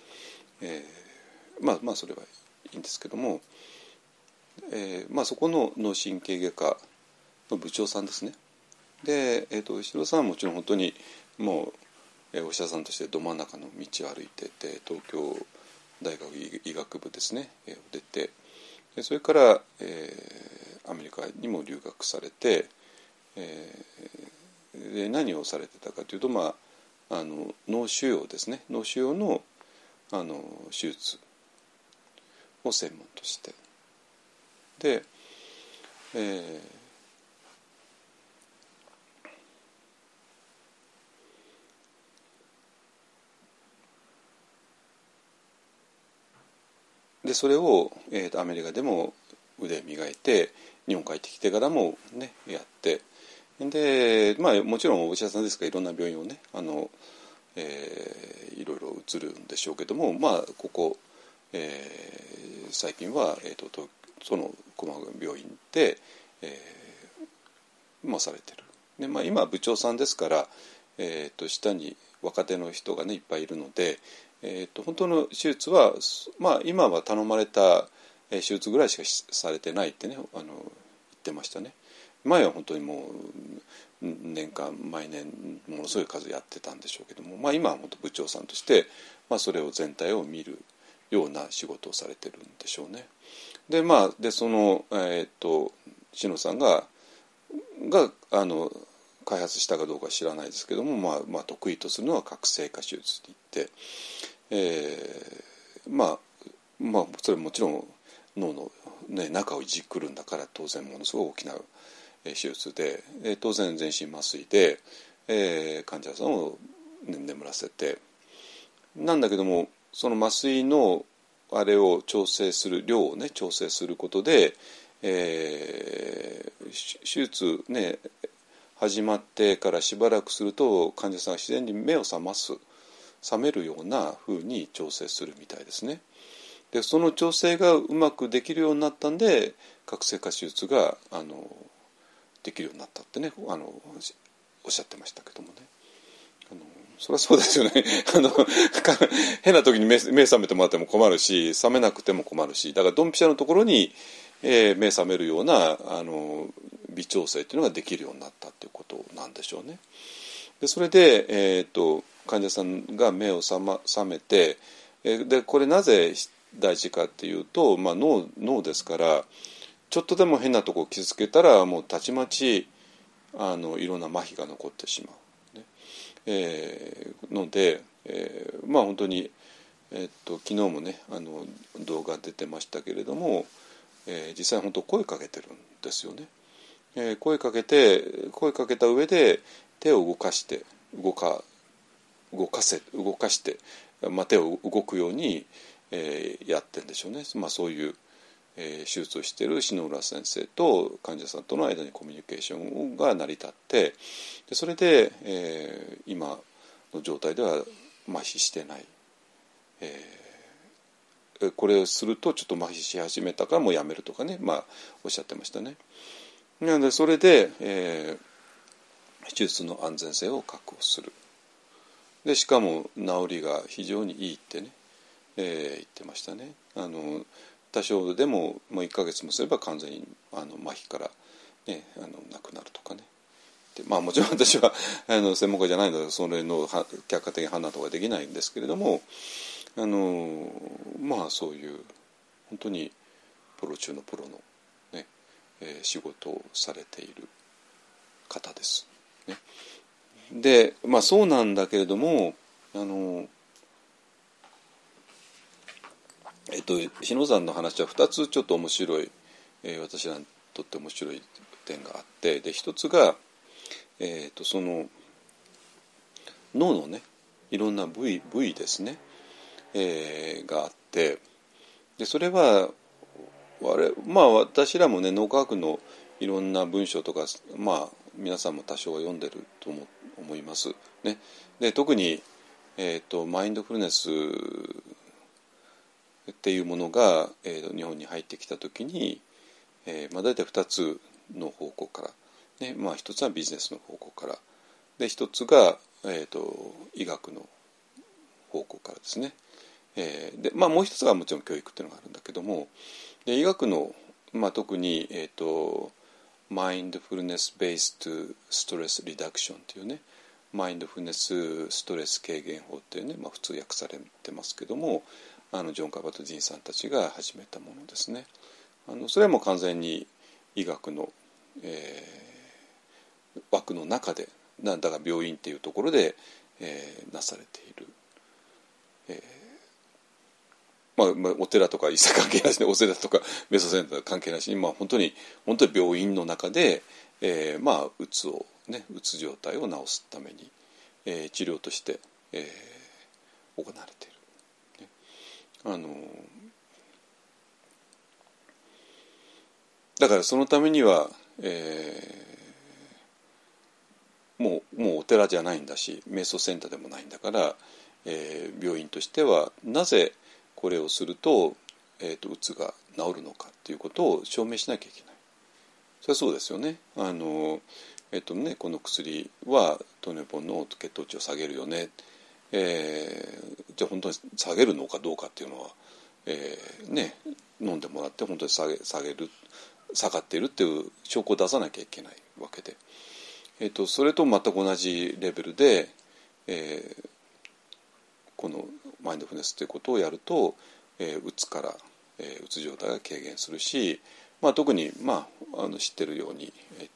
それはいいんですけども、そこの脳神経外科の部長さんですね。で、石戸さんはもちろん本当にもお医者さんとしてど真ん中の道を歩いてて、東京大学医学部ですね、出て、それから、アメリカにも留学されて、で何をされてたかというと、脳腫瘍ですね、脳腫瘍の、手術を専門として、で、それを、アメリカでも腕磨いて、日本帰ってきてからもねやって、でもちろんお医者さんですからいろんな病院をねいろいろ移るんでしょうけども、ここ、最近は、その駒ヶ病院で、されてる。で、今は部長さんですから、下に若手の人がねいっぱいいるので、本当の手術は、今は頼まれた手術ぐらいしかされてないってね言ってましたね。前は本当にもう年間毎年ものすごい数やってたんでしょうけども、今は本当部長さんとして、それを全体を見るような仕事をされてるんでしょうね。でその篠野さんが開発したかどうか知らないですけども、得意とするのは覚醒化手術にいって、それもちろん脳の、中をいじくるんだから当然ものすごい大きな手術で、当然全身麻酔で、患者さんを眠らせて、なんだけどもその麻酔のあれを調整する量をね調整することで、手術ね始まってからしばらくすると患者さんが自然に目を覚めるような風に調整するみたいですね。でその調整がうまくできるようになったんで覚醒化手術ができるようになったってねおっしゃってましたけどもね。そりゃそうですよね変な時に目覚めてもらっても困るし、覚めなくても困るし、だからドンピシャのところに、目覚めるような微調整っていうのができるようになったっていうことなんでしょうね。でそれで、患者さんが目を覚めて、でこれなぜ大事かっていうと、脳ですからちょっとでも変なとこを傷つけたらもうたちまちいろんな麻痺が残ってしまう。ので、本当に、昨日もね動画出てましたけれども、実際本当声かけてるんですよね。声かけた上で手を動かして手を動くように、やってるんでしょうね。そういう手術をしている篠浦先生と患者さんとの間にコミュニケーションが成り立って、でそれで、今の状態では麻痺してない、これをするとちょっと麻痺し始めたからもうやめるとかね、おっしゃってましたね。なのでそれで、手術の安全性を確保する。でしかも治りが非常にいいってね、言ってましたね。多少でも1ヶ月もすれば完全に麻痺から、なくなるとかね。でもちろん私は専門家じゃないのでそれの客観的な判断とかできないんですけれども、そういう本当にプロ中のプロの、ね仕事をされている方です。ね、でそうなんだけれども日野山の話は2つちょっと面白い、私らにとって面白い点があって、で一つが、その脳のねいろんな部位ですね、があって、でそれは私らもね脳科学のいろんな文章とか皆さんも多少は読んでると思いますね。で特に、マインドフルネスっていうものが、日本に入ってきた時に、大体2つの方向から、ね1つはビジネスの方向からで1つが、医学の方向からですね。でもう一つはもちろん教育っていうのがあるんだけども、で医学の、特に、マインドフルネス・ベースド・ストレス・リダクションっていうねマインドフルネスストレス軽減法っていうね、普通訳されてますけども、ジョン・カバト・ジンさんたちが始めたものですね。それはもう完全に医学の、枠の中で、だから病院っていうところで、なされている、お寺とか一切関係なしで、お寺とかメソセンター関係なしに、本当に病院の中で、うつをね、うつ状態を治すために、治療として、行われている、だからそのためには、もうお寺じゃないんだし、瞑想センターでもないんだから、病院としてはなぜこれをすると、うつが治るのかっていうことを証明しなきゃいけない。それはそうですよね。この薬は糖尿病の血糖値を下げるよね。じゃあ本当に下げるのかどうかっていうのは、飲んでもらって本当に下がっているっていう証拠を出さなきゃいけないわけで、それと全く同じレベルで、このマインドフルネスということをやると、うつから、うつ状態が軽減するし、特に、知ってるように、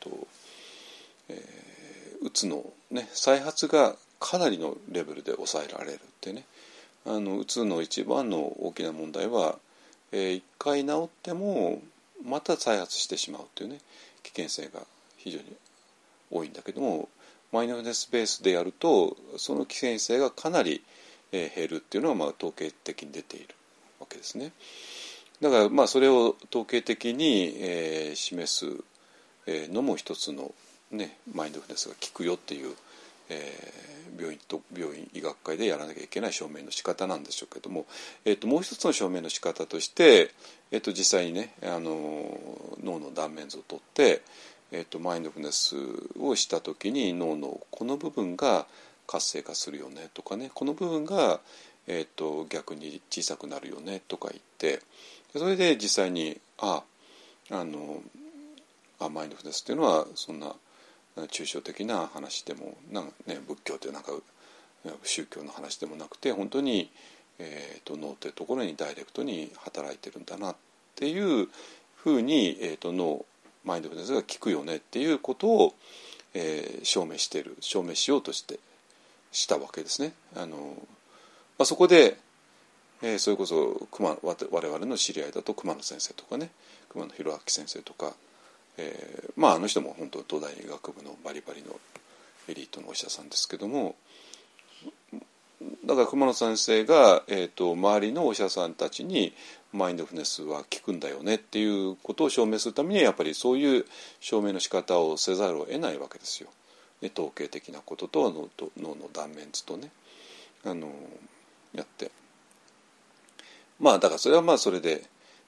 うつの、再発がかなりのレベルで抑えられるってね。うつの一番の大きな問題は、一回治ってもまた再発してしまうというね、危険性が非常に多いんだけども、マインドフルネスベースでやるとその危険性がかなり減るっていうのは統計的に出ているわけですね。だからそれを統計的に、示すのも一つの、マインドフルネスが効くよっていう、病院医学会でやらなきゃいけない証明の仕方なんでしょうけども、もう一つの証明の仕方として、実際にね、脳の断面図を取って、マインドフルネスをした時に脳のこの部分が活性化するよねとかね、この部分が、逆に小さくなるよねとか言って、それで実際にマインドフルネスっていうのはそんな抽象的な話でも仏教って宗教の話でもなくて、本当に、脳というところにダイレクトに働いてるんだなっていうふうに、マインドフルネスが効くよねっていうことを、証明しようとしたわけですね。そこで、それこそ我々の知り合いだと熊野先生とかね、熊野博明先生とか、あの人も本当東大医学部のバリバリのエリートのお医者さんですけども、だから熊野先生が、周りのお医者さんたちにマインドフルネスは効くんだよねっていうことを証明するためにはやっぱりそういう証明の仕方をせざるを得ないわけですよ。統計的なことと脳の断面図とね、やって、だからそれはそれで、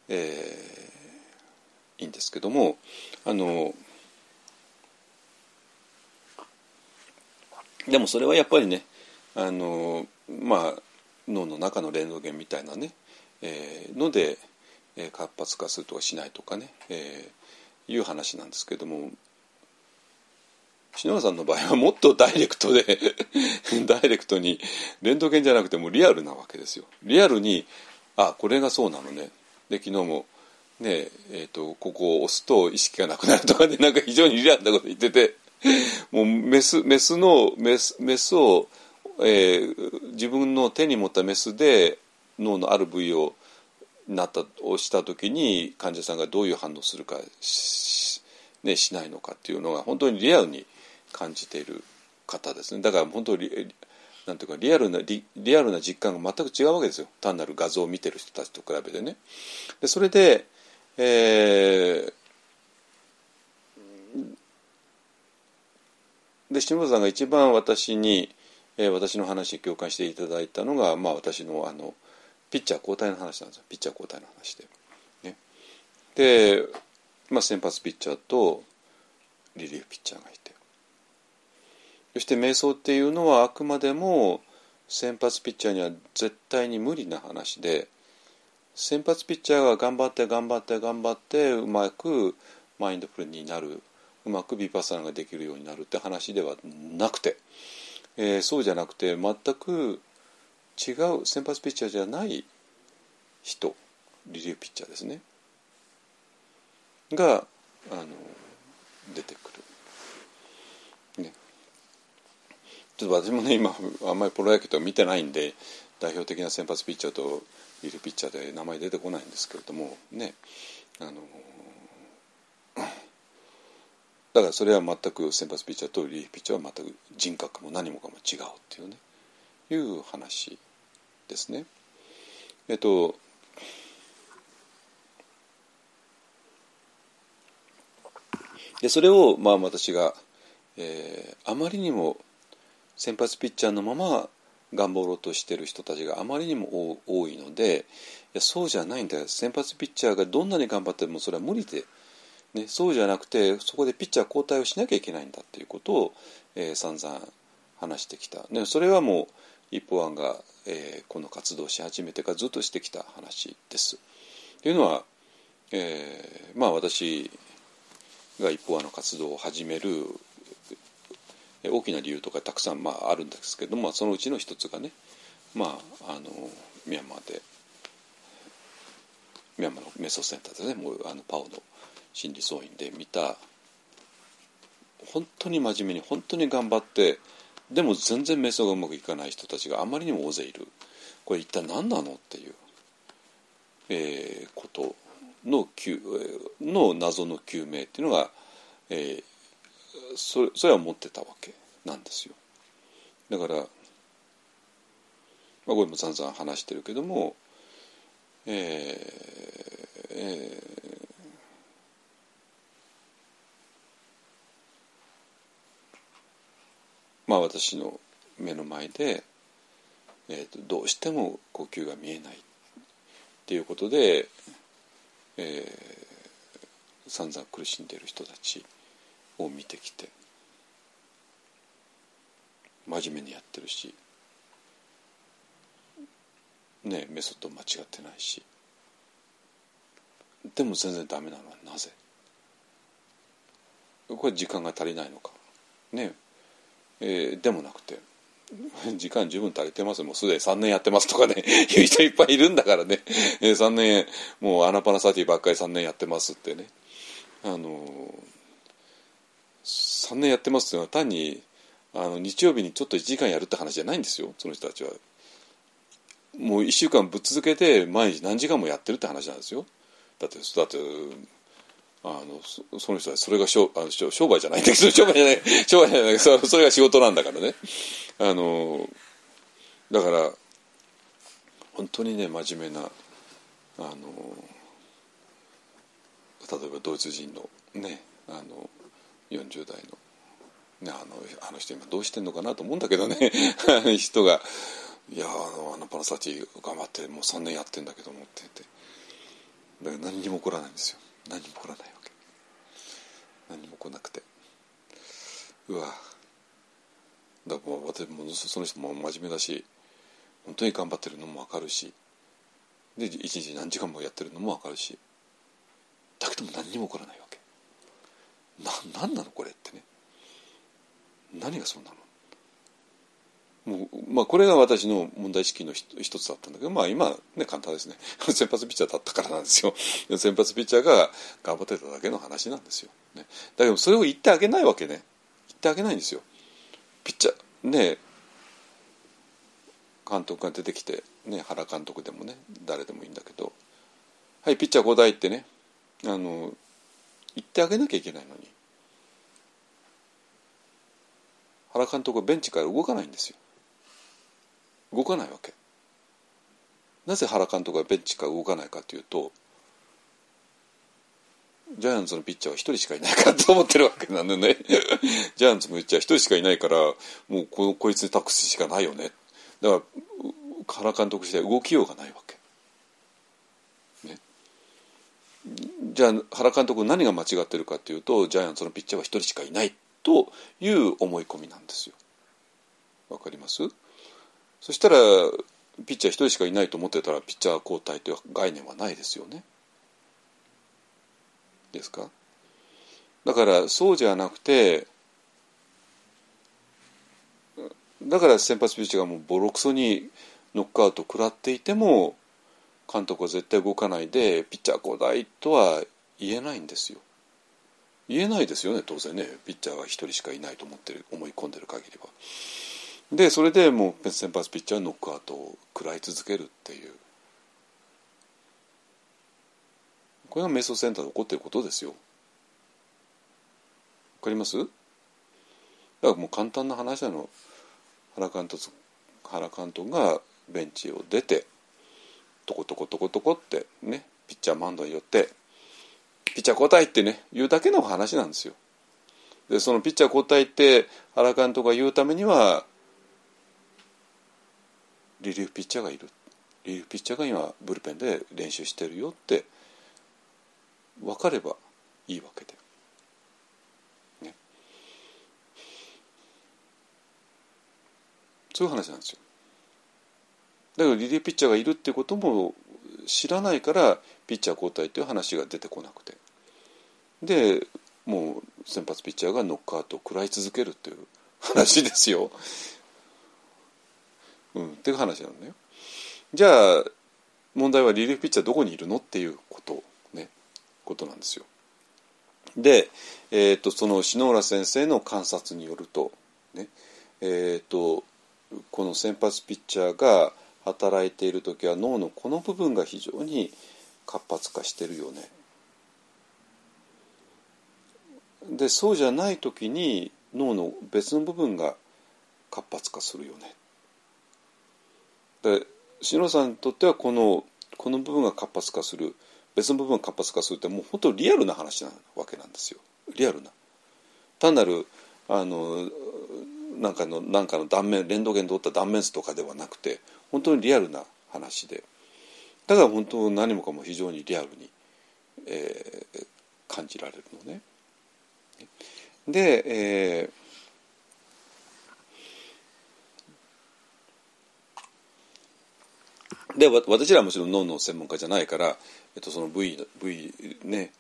いいんですけども、でもそれはやっぱりね、脳の中の連動源みたいなね、ので、活発化するとかしないとかね、いう話なんですけども、篠原さんの場合はもっとダイレクトでダイレクトに連動源じゃなくてもリアルなわけですよ。リアルにこれがそうなのね。で昨日もね、ここを押すと意識がなくなるとかで、非常にリアルなこと言ってて、もうメスを、自分の手に持ったメスで脳のある部位を押した時に患者さんがどういう反応するか しないのかっていうのが本当にリアルに感じている方ですね。だから本当になんていうかリアルな実感が全く違うわけですよ。単なる画像を見てる人たちと比べてね。でそれで、篠原さんが一番私の話に共感していただいたのが、私のピッチャー交代の話なんですよ。ピッチャー交代の話で、ね、で、先発ピッチャーとリリーフピッチャーがいて、そして瞑想っていうのはあくまでも先発ピッチャーには絶対に無理な話で、先発ピッチャーが頑張ってうまくマインドフルになる、うまくビパッサナができるようになるって話ではなくて、 そうじゃなくて全く違う先発ピッチャーじゃない人、リリーフピッチャーですねが出てくる、ね、ちょっと私もね今あんまりプロ野球とか見てないんで代表的な先発ピッチャーとリリーフピッチャーで名前出てこないんですけれどもね、だからそれは全く先発ピッチャーとリリーフピッチャーは全く人格も何もかも違うっていうねいう話ですね。でそれを私が、あまりにも先発ピッチャーのまま頑張ろうとしている人たちがあまりにも多いので、いやそうじゃないんだよ、先発ピッチャーがどんなに頑張ってもそれは無理で、ね、そうじゃなくてそこでピッチャー交代をしなきゃいけないんだっていうことを、散々話してきた、ね、それはもう一方案が、この活動をし始めてからずっとしてきた話です。というのは、私が一方案の活動を始める大きな理由とかたくさんあるんですけども、そのうちの一つがね、ミャンマーのメソセンターでね、もうパオの心理総院で見た本当に真面目に本当に頑張ってでも全然瞑想がうまくいかない人たちがあまりにも大勢いる。これ一体何なのっていう、ことの謎の究明っていうのが、それは思ってたわけなんですよ。だから、これも散々話してるけども、私の目の前で、どうしても呼吸が見えないっていうことで、散々苦しんでいる人たちを見てきて真面目にやってるし、ね、メソッド間違ってないし、でも全然ダメなのはなぜ？これ時間が足りないのかね、でもなくて時間十分足りてます、もうすでに3年やってますとかねいう人いっぱいいるんだからね、3年もうアナパナサティばっかり3年やってますってね、3年やってますっていうのは単に日曜日にちょっと1時間やるって話じゃないんですよ。その人たちはもう1週間ぶっ続けて毎日何時間もやってるって話なんですよ。だってその人はそれが商売じゃないんだけど、商売じゃないけどそれが仕事なんだからね。だから本当にね真面目な例えばドイツ人のね40代の、ね、あの人今どうしてんのかなと思うんだけどね人がいやパナサチ頑張ってもう3年やってんだけどもって言ってだから何にも起こらないんですよ。何にも起こらないわけ。何にも起こらなくてだから私もその人も真面目だし本当に頑張ってるのも分かるしで一日何時間もやってるのも分かるしだけども何にも起こらないわけ。何なのこれってね。何がそうなの。もうこれが私の問題意識の一つだったんだけど、今ね簡単ですね先発ピッチャーだったからなんですよ。先発ピッチャーが頑張ってただけの話なんですよ、ね、だけどそれを言ってあげないわけね。言ってあげないんですよ。ピッチャーね監督が出てきて、ね、原監督でもね誰でもいいんだけどはいピッチャー交代ってね言ってあげなきゃいけないのに原監督はベンチから動かないんですよ。動かないわけ。なぜ原監督がベンチから動かないかというとジャイアンツのピッチャーは一人しかいないからと思ってるわけなのねジャイアンツのピッチャーは一人しかいないからもうこいつに託すしかないよね。だから原監督次第動きようがないわけ、ね、じゃあ原監督何が間違ってるかというとジャイアンツのピッチャーは一人しかいないという思い込みなんですよ。わかります？そしたらピッチャー一人しかいないと思ってたらピッチャー交代という概念はないですよね。ですか？だからそうじゃなくてだから先発ピッチャーがもうボロクソにノックアウト食らっていても監督は絶対動かないでピッチャー交代とは言えないんですよ。言えないですよね、当然ね。ピッチャーが一人しかいないと思い込んでる限りは。でそれでもう先発ピッチャーはノックアウトを食らい続けるっていう、これが瞑想センターで起こっていることですよ。わかります？だからもう簡単な話なの。原監督がベンチを出てトコトコトコトコってね、ピッチャーマウンドに寄ってピッチャー交代ってね言うだけの話なんですよ。でそのピッチャー交代って原監督が言うためにはリリーフピッチャーがいる、リリーフピッチャーが今ブルペンで練習してるよって分かればいいわけで、ね、そういう話なんですよ。だからリリーフピッチャーがいるってことも知らないからピッチャー交代という話が出てこなくて、でもう先発ピッチャーがノックアウトを食らい続けるっていう話ですよ。っていう話なのね。じゃあ問題はリリーフピッチャーどこにいるのっていうことなんですよ。で、その篠原先生の観察によると、ねこの先発ピッチャーが働いている時は脳のこの部分が非常に活発化してるよね。でそうじゃない時に脳の別の部分が活発化するよね。で篠原さんにとってはこの部分が活発化する、別の部分が活発化するってもう本当リアルな話なわけなんですよ。リアルな単なるなんかの断面、レントゲンで折った断面図とかではなくて本当にリアルな話で、だから本当何もかも非常にリアルに、感じられるのね。で、私らはもちろん脳の専門家じゃないから、その部位ね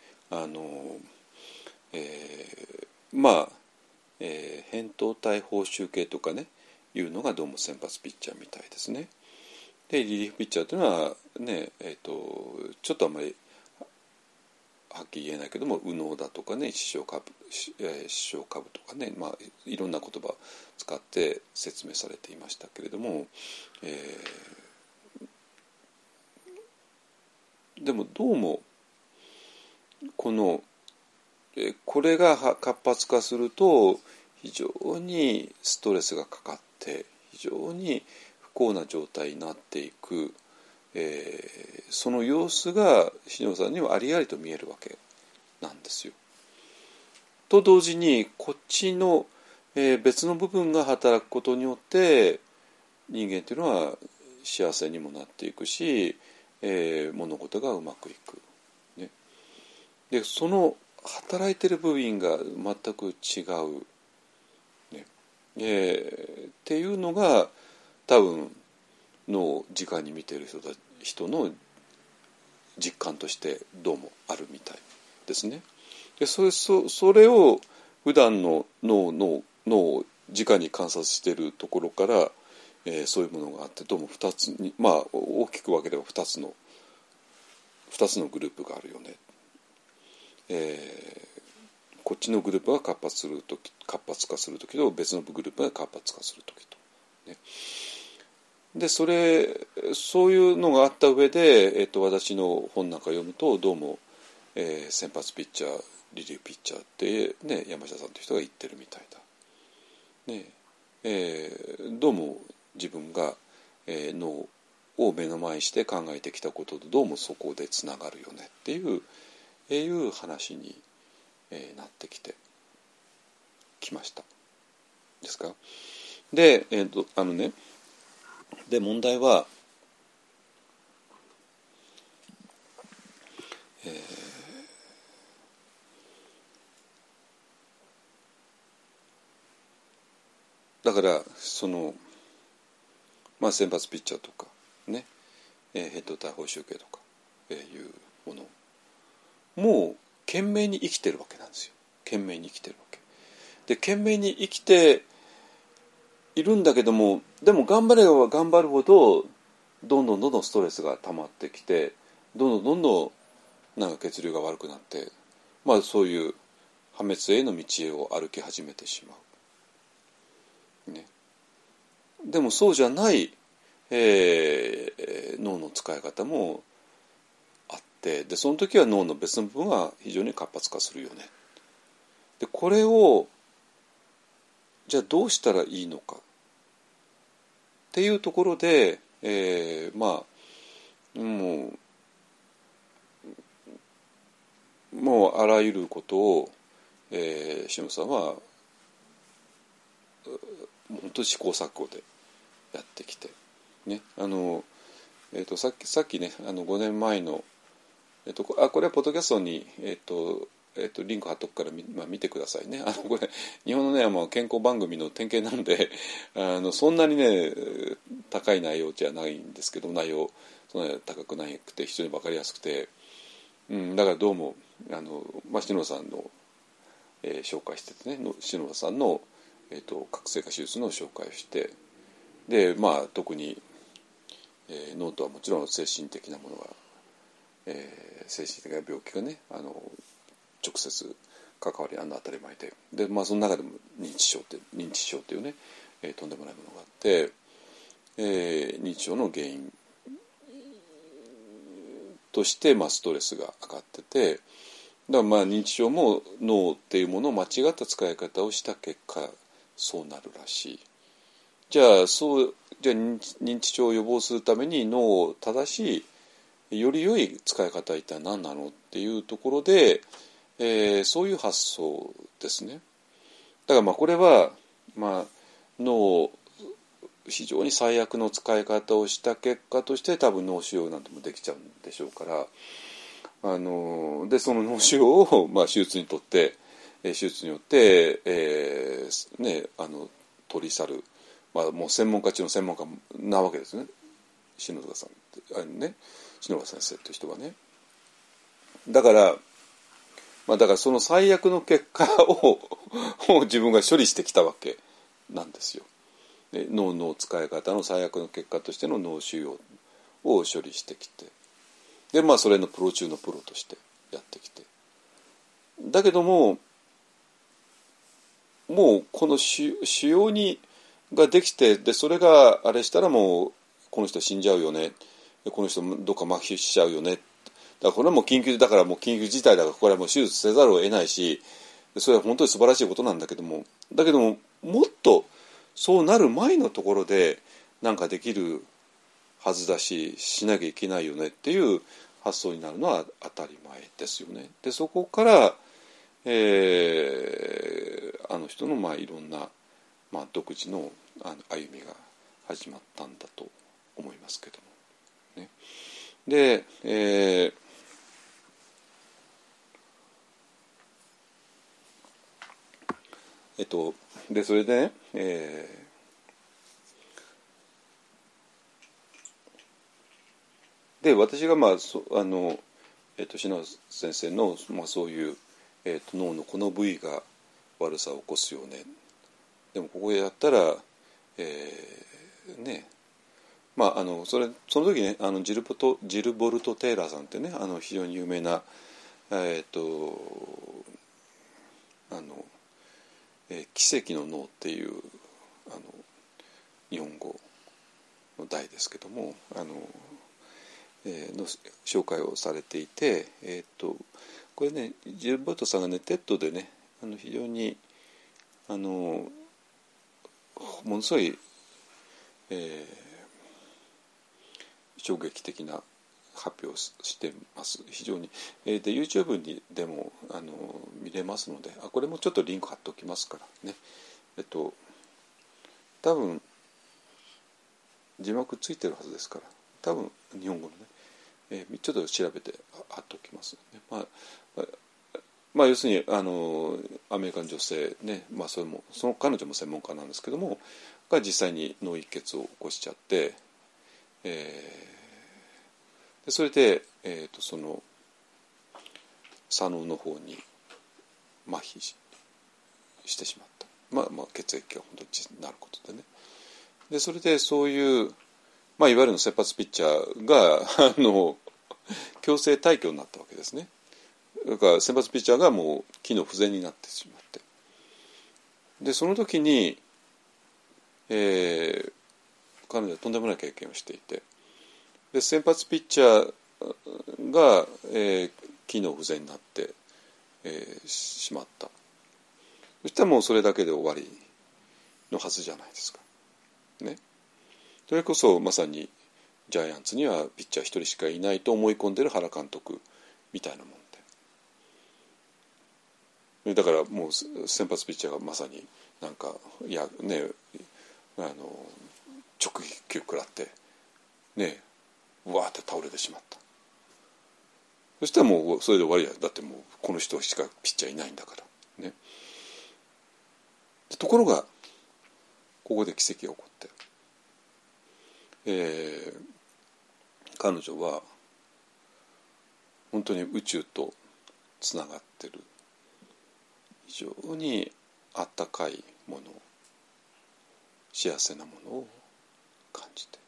扁桃体報酬系とかねいうのがどうも先発ピッチャーみたいですね。でリリーフピッチャーというのはね、ちょっとあんまりはっきり言えないけども右脳だとかね視床下部とかね、いろんな言葉を使って説明されていましたけれども、でもどうもこれが活発化すると非常にストレスがかかって非常に不幸な状態になっていく、その様子が篠原さんにはありありと見えるわけなんですよ。と同時にこっちの、別の部分が働くことによって人間というのは幸せにもなっていくし、物事がうまくいく、ね、でその働いてる部分が全く違う、ねっていうのが多分脳を直に見ている人の実感としてどうもあるみたいですね。でそれを普段の脳を直に観察しているところから、そういうものがあってどうも2つに、大きく分ければ2つのグループがあるよね。こっちのグループが活発化するときと別のグループが活発化するときと、ね、でそういうのがあった上で、私の本なんか読むとどうも、先発ピッチャーリリーフピッチャーって、ね、山下さんという人が言ってるみたいだ、ねどうも自分が、脳を目の前にして考えてきたこととどうもそこでつながるよねっていう話に、なってきましたですか。で、で問題は、だから先発ピッチャーとかね、扁桃体報酬系とか、いうものもう懸命に生きてるわけなんですよ。懸命に生きてるわけで、懸命に生きているんだけども、でも頑張れば頑張るほどどんどんどんどんストレスが溜まってきて、どんどんどんどんなんか血流が悪くなって、まあそういう破滅への道を歩き始めてしまう、ね、でもそうじゃない、脳の使い方もあって、でその時は脳の別の部分が非常に活発化するよね。でこれをじゃあどうしたらいいのかっていうところで、まあもうあらゆることを、篠さんは本当に試行錯誤でやってきて、ね、さっきね5年前の、これはポッドキャストに、リンク貼っとくから見てくださいね。これ日本のね、健康番組の典型なのでそんなにね高い内容じゃないんですけど、内容そんなに高くなくて非常に分かりやすくて、だからどうも篠田さんの、紹介しててね、篠田さんの、覚醒化手術の紹介をして、で特に、脳とはもちろん精神的なものが、精神的な病気がね直接関わりあるのは当たり前で、その中でも認知症っていうね、とんでもないものがあって、認知症の原因として、ストレスが上がってて、だから認知症も脳っていうものを間違った使い方をした結果そうなるらしい。じゃあ認知症を予防するために脳を正しいより良い使い方は一体何なのっていうところで、そういう発想ですね。だからこれは脳非常に最悪の使い方をした結果として多分脳腫瘍なんてもできちゃうんでしょうから、でその脳腫瘍を、手術にとって手術によって、取り去る、もう専門家中の専門家なわけですね、篠田さんって篠田先生という人はね。だからその最悪の結果を自分が処理してきたわけなんですよ。脳の使い方の最悪の結果としての脳腫瘍を処理してきて、でそれのプロ中のプロとしてやってきて、だけどもうこの腫瘍ができて、でそれがあれしたらもうこの人死んじゃうよね、この人どっか麻痺しちゃうよね、だからこれはもう緊急事態だから、これはもう手術せざるを得ないし、それは本当に素晴らしいことなんだけどももっとそうなる前のところでなんかできるはずだしなきゃいけないよねっていう発想になるのは当たり前ですよね。でそこから、あの人のいろんな、独自の歩みが始まったんだと思いますけども、ね。で、でそれでね、で私が篠先生の、そういう、脳のこの部位が悪さを起こすよね、でもここでやったら、その時ねジル・ボルト・テイラーさんってね非常に有名な奇跡の脳っていう日本語の題ですけどもの紹介をされていて、これねジル・ボルトさんがねテッドでね非常にものすごい、衝撃的な発表をしてます。非常に、で YouTube にでも見れますので、これもちょっとリンク貼っておきますからね。多分字幕ついてるはずですから、多分日本語のね、ちょっと調べて貼っておきます、ね。要するにアメリカの女性ね、その彼女も専門家なんですけども、が実際に脳一血を起こしちゃって、でそれで、その左脳の方に麻痺してしまった。血液が本当になることでね。 でそれでそういう、まあ、いわゆるの先発ピッチャーが強制退去になったわけですね。だから先発ピッチャーがもう機能不全になってしまって、でその時に、彼女はとんでもない経験をしていて、で先発ピッチャーが、機能不全になって、しまった。そしたらもうそれだけで終わりのはずじゃないですかね。それこそまさにジャイアンツにはピッチャー一人しかいないと思い込んでる原監督みたいなもんで、だからもう先発ピッチャーがまさになんかいやね、直撃食らってね、うわーって倒れてしまった。そしたらもうそれで終わりだ。だってもうこの人しかピッチャーいないんだからね。ところがここで奇跡が起こって、彼女は本当に宇宙とつながってる非常にあったかいもの、幸せなものを感じて、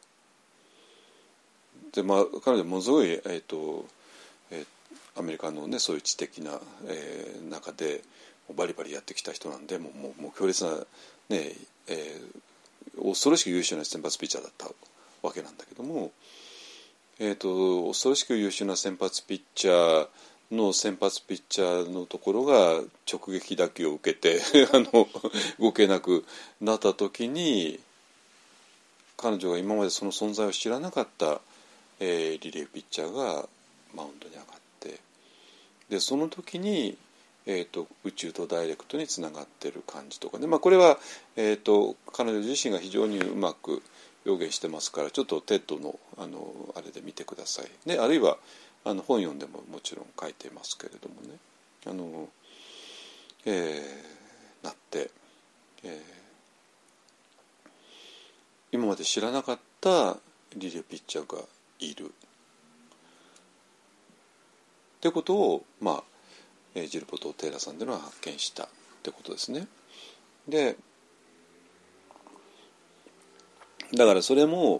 で、まあ、彼女ものすごい、アメリカのねそういう知的な、中でバリバリやってきた人なんで、もう強烈なね、恐ろしく優秀な先発ピッチャーだったわけなんだけども、恐ろしく優秀な先発ピッチャーの先発ピッチャーのところが直撃打球を受けて動けなくなった時に、彼女が今までその存在を知らなかった、リリーフピッチャーがマウンドに上がって、でその時に、宇宙とダイレクトにつながってる感じとかね、まあ、これは、彼女自身が非常にうまく表現してますから、ちょっとテッドのあれで見てください、ね、あるいは本読んでももちろん書いていますけれどもね、なって、今まで知らなかったリリーピッチャーがいるってことを、まあ、ジルポとテイラさんでのは発見したってことですね。でだからそれも、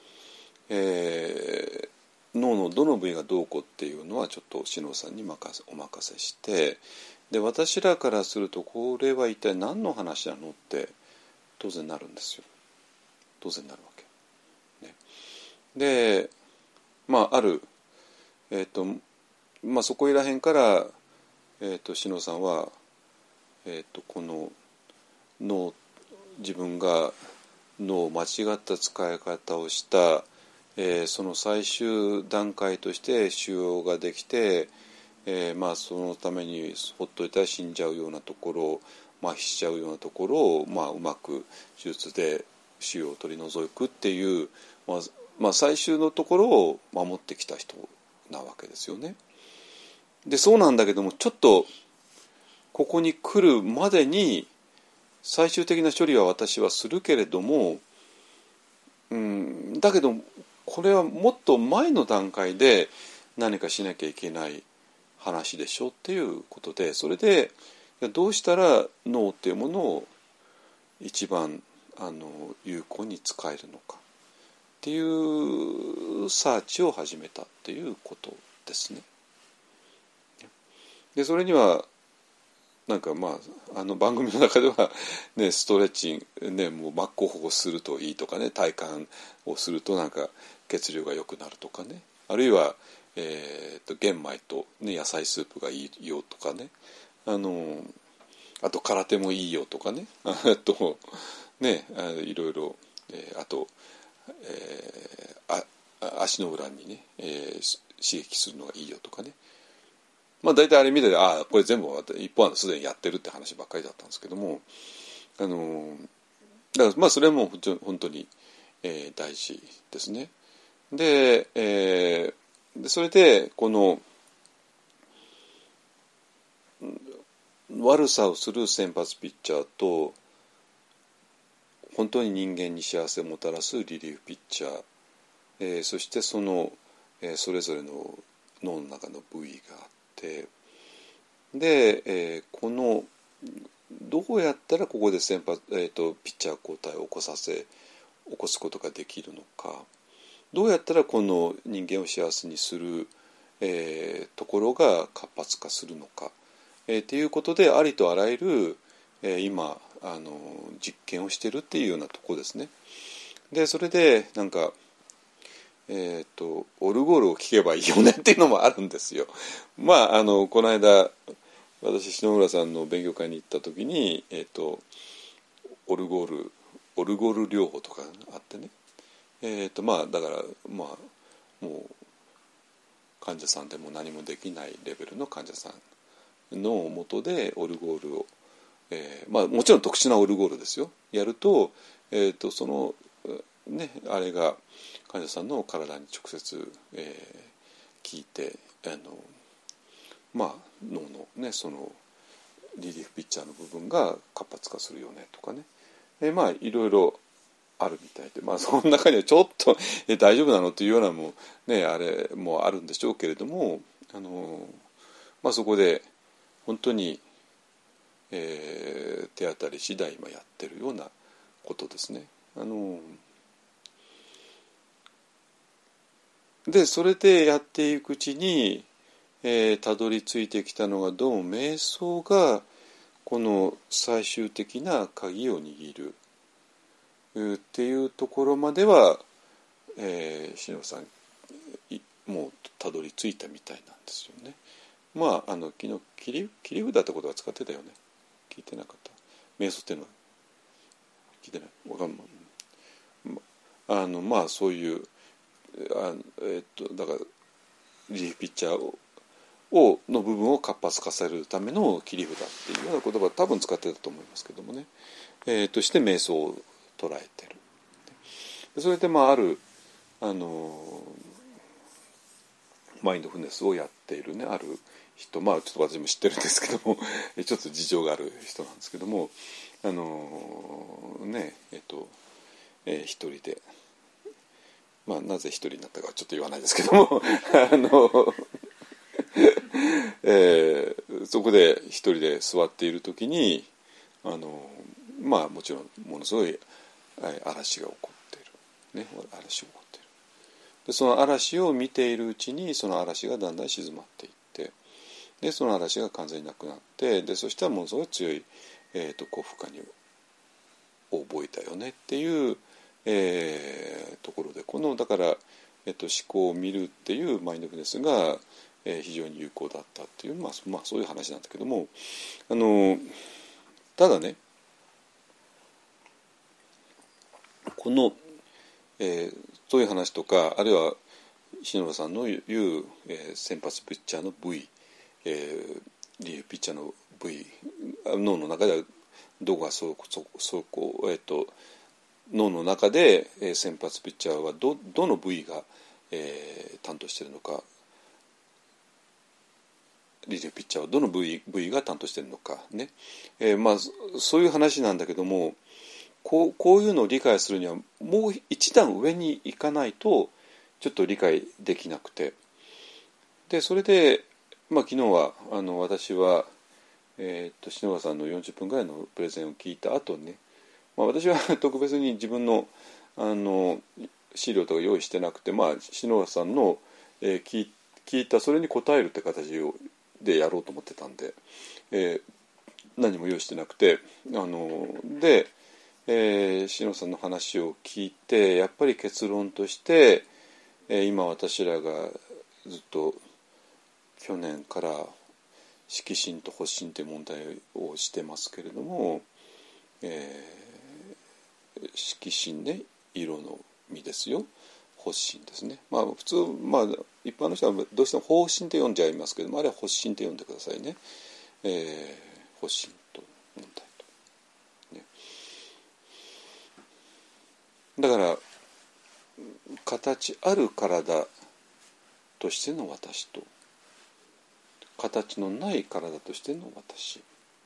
脳のどの部位がどうこうっていうのはちょっと篠尾さんにお任せして、で私らからするとこれは一体何の話なのって当然なるんですよ。当然なるわけ、ね、でまああるまあ、そこいらへんから、篠尾さんは、この脳、自分が脳を間違った使い方をした、その最終段階として腫瘍ができて、まあ、そのためにほっといたら死んじゃうようなところ、麻痺しちゃうようなところを、まあ、うまく手術で腫瘍を取り除くっていう、まあ、最終のところを守ってきた人なわけですよね。でそうなんだけども、ちょっとここに来るまでに最終的な処理は私はするけれども、だけどこれはもっと前の段階で何かしなきゃいけない話でしょっていうことで、それでどうしたら脳っていうものを一番有効に使えるのかっていうサーチを始めたっていうことですね。でそれにはなんかまあ番組の中ではね、ストレッチね、もう真っ向保護するといいとかね、体幹をするとなんか血流が良くなるとかね、あるいは玄米と、ね、野菜スープがいいよとかね、あと空手もいいよとかね、あとね、いろいろ、あと、足の裏にね、刺激するのがいいよとかね、まあ大体あれ見てて、ああこれ全部一方はすでにやってるって話ばっかりだったんですけども、だからまあそれも本当に、大事ですね。で、それでこの悪さをする先発ピッチャーと本当に人間に幸せをもたらすリリーフピッチャー、そしてその、それぞれの脳の中の部位があって、で、このどうやったらここでピッチャー交代を起こさせ起こすことができるのか、どうやったらこの人間を幸せにする、ところが活発化するのか、っていうことでありとあらゆる、今実験をしてるっていうようなところですね。でそれでなんか、オルゴールを聴けばいいよねっていうのもあるんですよ。まあこの間私篠村さんの勉強会に行った時に、オルゴール療法とかあってね、まあだからまあもう患者さんでも何もできないレベルの患者さんのもとでオルゴールを、まあもちろん特殊なオルゴールですよ、やると、そのねあれが患者さんの体に直接、効いてまあ脳のねそのリリーフピッチャーの部分が活発化するよねとかね、まあいろいろあるみたいで、まあその中にはちょっと大丈夫なのというようなもねあれもあるんでしょうけれども、まあそこで本当に、手当たり次第今やってるようなことですね。でそれでやっていくうちにたどり着いてきたのがどうも瞑想がこの最終的な鍵を握るっていうところまでは、篠さんもうたどり着いたみたいなんですよね。まあ昨日切り札ってことは使ってたよね。聞いてなかった。瞑想っていうのは聞いてない。わかんない。まあそういうだからリリーフピッチャーの部分を活発化させるための切り札っていうような言葉を多分使ってたと思いますけどもね、として瞑想を捉えてる。それでまああるマインドフルネスをやっているねある人、まあちょっと私も知ってるんですけどもちょっと事情がある人なんですけども一人でまあなぜ一人になったかはちょっと言わないですけどもそこで一人で座っている時にまあもちろんものすごい嵐が起こっている、ね、嵐が起こっている。でその嵐を見ているうちにその嵐がだんだん静まっていってでその嵐が完全になくなってでそしたらものすごい強い、幸福感を覚えたよねっていう、ところでこのだから、思考を見るっていうマインドフルネスが非常に有効だったっていう、まあそういう話なんだけどもただねこの、そういう話とかあるいは篠原さんの言う、先発ピッチャーの部位、リリーフピッチャーの部位脳の中ではどこが脳の中で、先発ピッチャーはどの部位が、担当しているのかリリーフピッチャーはどの部位が担当しているのかね、まあそういう話なんだけどもこういうのを理解するにはもう一段上に行かないとちょっと理解できなくてでそれで、まあ、昨日は私は、篠原さんの40分ぐらいのプレゼンを聞いた後にね、まあ、私は特別に自分の、資料とか用意してなくて、まあ、篠原さんの、聞いたそれに答えるって形でやろうと思ってたんで、何も用意してなくてで篠原さんの話を聞いてやっぱり結論として、今私らがずっと去年から色心と発心という問題をしてますけれども、色心ね色の実ですよ発心ですね。まあ普通、まあ、一般の人はどうしても方針って読んじゃいますけどもあれは発心って読んでくださいね、発心と問題と、ね、だから形ある体としての私と形のない体としての私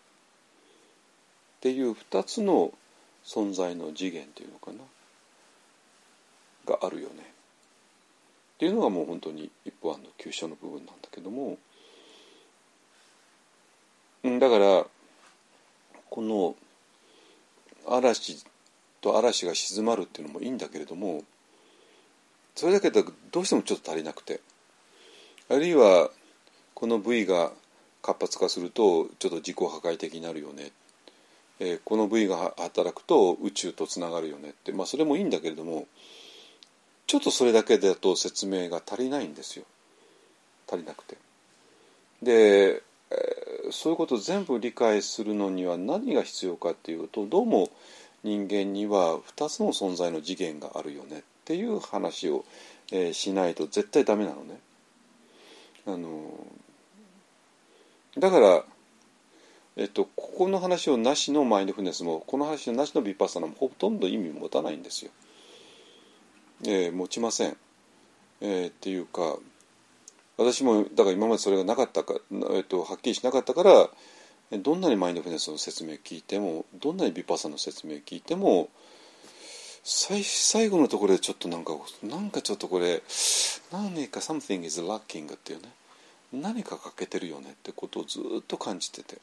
っていう2つの存在の次元っていうのかながあるよねっていうのがもう本当に一方案の急所の部分なんだけどもだからこの嵐と嵐が静まるっていうのもいいんだけれども、それだけだとどうしてもちょっと足りなくて、あるいはこの部位が活発化するとちょっと自己破壊的になるよね、この部位が働くと宇宙とつながるよねって、それもいいんだけれども、ちょっとそれだけだと説明が足りないんですよ。足りなくて。で、そういうことを全部理解するのには何が必要かっていうと、どうも人間には2つの存在の次元があるよねっていう話を、しないと絶対ダメなのね。だから、ここの話をなしのマインドフルネスも、この話をなしのヴィパッサナもほとんど意味持たないんですよ。持ちません。っていうか、私もだから今までそれがなかったか、はっきりしなかったから、どんなにマインドフルネスの説明を聞いても、どんなにヴィパッサナの説明を聞いても、最後のところでちょっとなんかちょっとこれ何か something is lacking っていうね、何か欠けてるよねってことをずっと感じてて、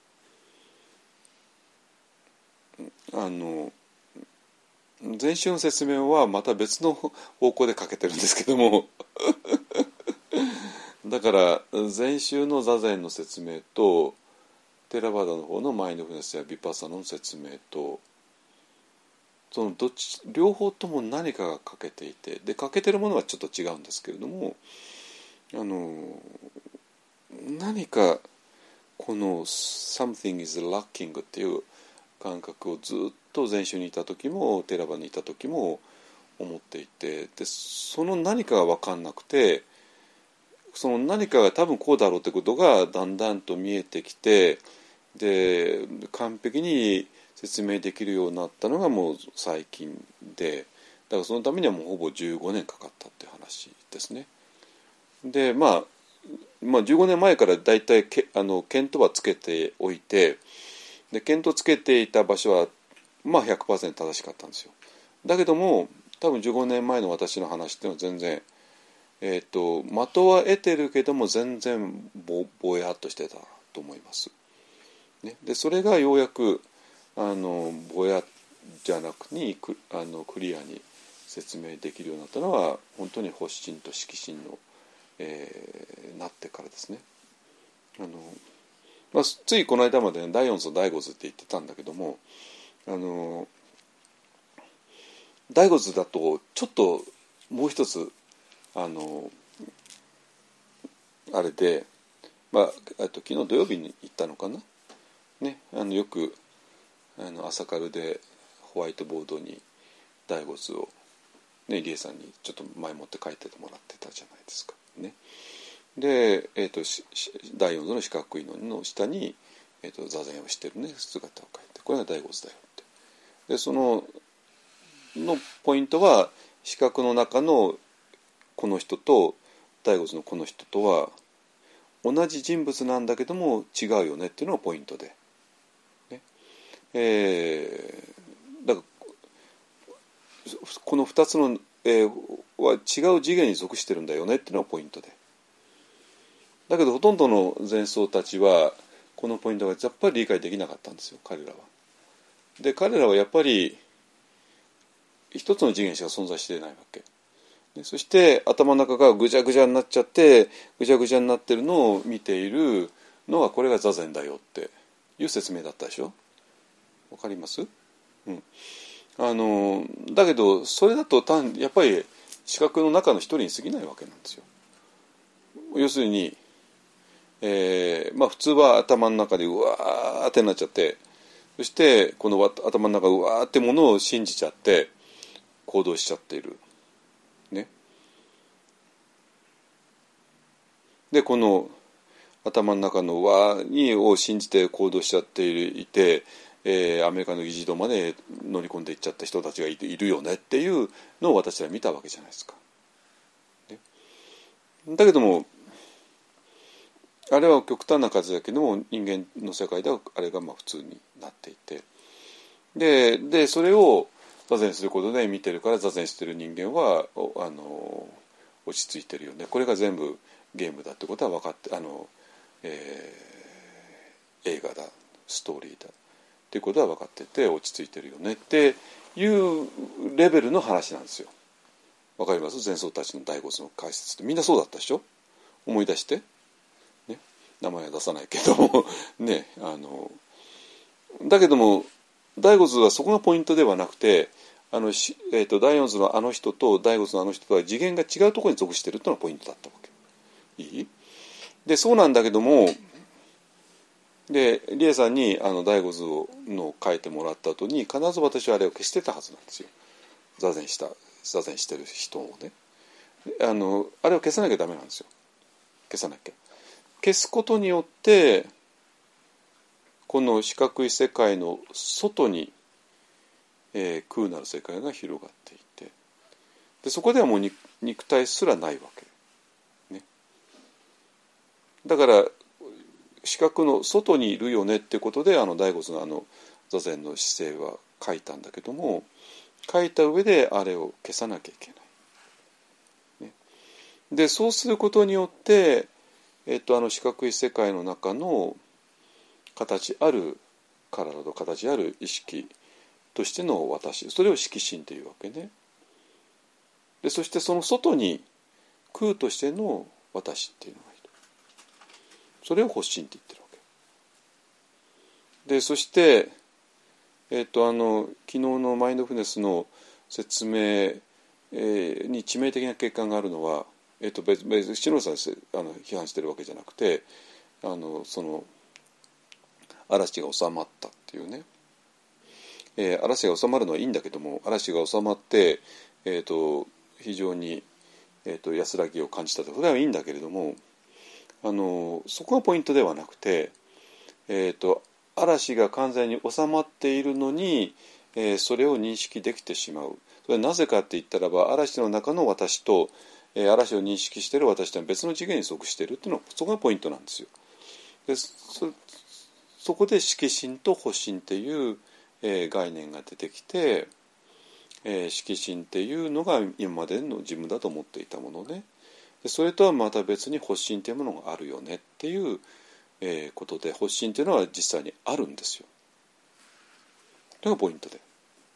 前週の説明はまた別の方向で欠けてるんですけどもだから前週の座禅の説明とテラバダの方のマインドフルネスやヴィパッサナの説明と、その両方とも何かが欠けていて、で欠けてるものはちょっと違うんですけれども、何かこの something is lacking っていう感覚をずっと前週にいた時もテラバにいた時も思っていて、でその何かが分かんなくて、その何かが多分こうだろうってことがだんだんと見えてきて、で完璧に説明できるようになったのがもう最近で、だからそのためにはもうほぼ15年かかったっていう話ですね。で15年前からだいたい見当はつけておいて、で見当つけていた場所は100% 正しかったんですよ。だけども多分15年前の私の話っていうのは全然的は得てるけども全然ぼやっとしてたと思います、ね、でそれがようやくぼやじゃなくにクリアに説明できるようになったのは本当に発心と色心の、なってからですね。ついこの間まで、第四図第五図って言ってたんだけども、第五図だとちょっともう一つあれで、昨日土曜日に行ったのかな、ね、よく朝カルでホワイトボードに第五図を、ね、リエさんにちょっと前もって書いてもらってたじゃないですか。ね、で、第四図の四角いのの下に、座禅をしてる、ね、姿を書いて、これが第五図だよって。でそのポイントは四角の中のこの人と第五図のこの人とは同じ人物なんだけども違うよねっていうのがポイントで、ねだからこの2つの、は違う次元に属してるんだよねっていうのがポイントで、だけどほとんどの前僧たちはこのポイントがやっぱり理解できなかったんですよ、彼らは。で彼らはやっぱり一つの次元しか存在していないわけ。そして頭の中がぐちゃぐちゃになっちゃって、ぐちゃぐちゃになってるのを見ているのがこれが座禅だよっていう説明だったでしょ。わかります？だけどそれだとやっぱり視覚の中の一人に過ぎないわけなんですよ。要するに、普通は頭の中でうわーってなっちゃって、そしてこの頭の中うわーってものを信じちゃって行動しちゃっている。ね、でこの頭の中の輪にを信じて行動しちゃっていて、アメリカの議事堂まで乗り込んでいっちゃった人たちがいるよねっていうのを私は見たわけじゃないですか。ね、だけどもあれは極端な数だけども人間の世界ではあれが普通になっていて、でそれを座禅することで見てるから座禅してる人間は落ち着いてるよね、これが全部ゲームだってことは分かって映画だストーリーだっていうことは分かってて落ち着いてるよねっていうレベルの話なんですよ。わかります？禅僧たちの第五図の解説ってみんなそうだったでしょ。思い出して、ね、名前は出さないけどもね、だけども第五図はそこがポイントではなくて、第四図のあの人と第五図のあの人とは次元が違うところに属しているというのがポイントだったわけ。いい？でそうなんだけども、でリエさんに第五図の書いてもらった後に必ず私はあれを消してたはずなんですよ。座禅してる人をね、あれを消さなきゃダメなんですよ。消すことによってこの四角い世界の外に、空なる世界が広がっていて、でそこではもう肉体すらないわけ、ね、だから四角の外にいるよねってことで第五図の座禅の姿勢は書いたんだけども、書いた上であれを消さなきゃいけない、ね、でそうすることによって、四角い世界の中の形ある体と形ある意識としての私、それを色心というわけね。でそしてその外に空としての私っていうのがいる。それを発心って言ってるわけで、そして昨日のマインドフルネスの説明、に致命的な欠陥があるのは、別に篠田さん批判してるわけじゃなくて、その嵐が収まったっていうね、嵐が収まるのはいいんだけども、嵐が収まって、非常に、安らぎを感じたと、それはいいんだけれども、そこがポイントではなくて、嵐が完全に収まっているのに、それを認識できてしまう。それはなぜかって言ったらば、嵐の中の私と、嵐を認識している私とは別の次元に属しているっていうのは、そこがポイントなんですよ。でそこで色心と発心っていう、概念が出てきて、色心っていうのが今までの自分だと思っていたものね。でそれとはまた別に発心っていうものがあるよねっていう、ことで、発心っていうのは実際にあるんですよ。それがポイントで。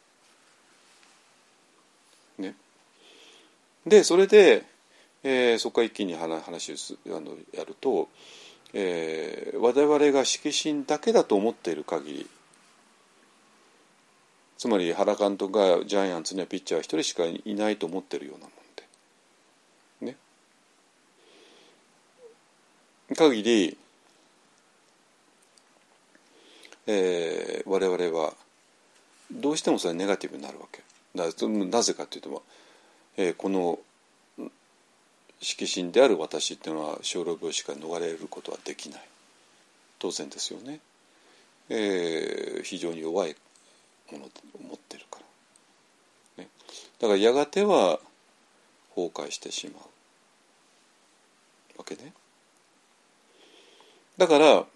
ね。でそれで、そこから一気に話をやると、我々が色心だけだと思っている限り、つまり原監督がジャイアンツにはピッチャー一人しかいないと思っているようなもんで、ね、限り、我々はどうしてもそれはネガティブになるわけ。なぜかというと、この色心である私っていうのは生老病死から逃れることはできない。当然ですよね。非常に弱いものを持ってるから、ね、だからやがては崩壊してしまうわけね。だから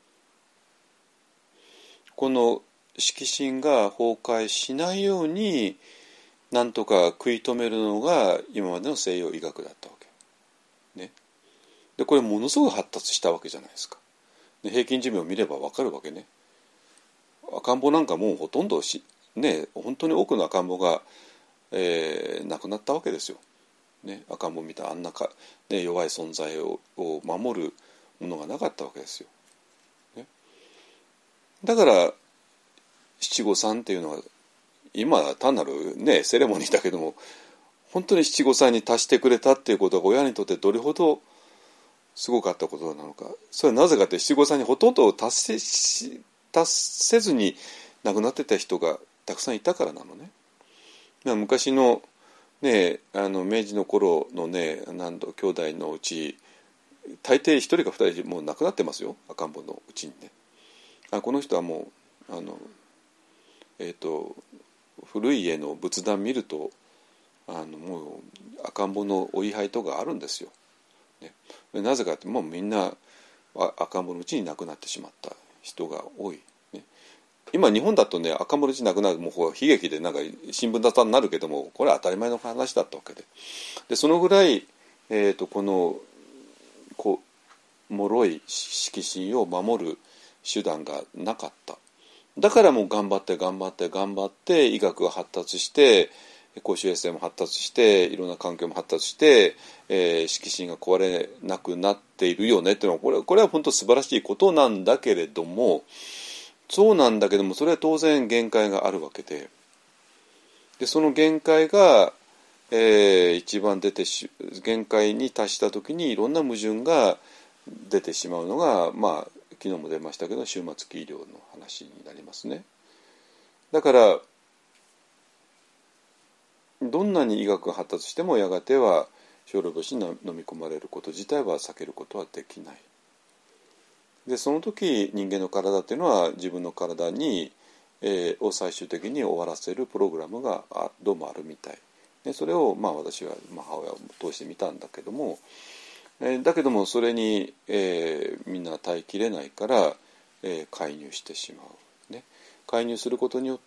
この色心が崩壊しないようになんとか食い止めるのが今までの西洋医学だったわけ、ね、でこれものすごく発達したわけじゃないですか。で平均寿命を見れば分かるわけね。赤ん坊なんかもうほとんどね、本当に多くの赤ん坊が、亡くなったわけですよ、ね、赤ん坊みたいなあんなね、弱い存在を守るものがなかったわけですよ、ね、だから七五三っていうのは今単なる、ね、セレモニーだけども本当に七五三に達してくれたっていうことが親にとってどれほどすごかったことなのか。それはなぜかって七五三にほとんど達せずに亡くなってた人がたくさんいたからなのね。昔の、ね、明治の頃のね、兄弟のうち大抵1人か2人もう亡くなってますよ、赤ん坊のうちにね。この人はもう古い家の仏壇見るともう赤ん坊のお位牌とかあるんですよ、ね、なぜかってもうみんな赤ん坊のうちに亡くなってしまった人が多い、ね、今日本だとね赤ん坊のうちに亡くなるもう悲劇でなんか新聞沙汰になるけどもこれは当たり前の話だったわけで、そのぐらい、この脆い色心を守る手段がなかった。 だからもう頑張って医学が発達して公衆衛生も発達していろんな環境も発達して、色心が壊れなくなっているよねっていうのはこれは本当素晴らしいことなんだけれども、そうなんだけどもそれは当然限界があるわけで、その限界が、一番限界に達した時にいろんな矛盾が出てしまうのが、まあ昨日も出ましたけど終末期医療の話になりますね。だからどんなに医学が発達してもやがては小老母子に飲み込まれること自体は避けることはできない。でその時人間の体っていうのは自分の体に、を最終的に終わらせるプログラムがどうもあるみたいで、それをまあ私は母親を通して見たんだけども、だけどもそれに、みんな耐えきれないから、介入してしまう、ね、介入することによって、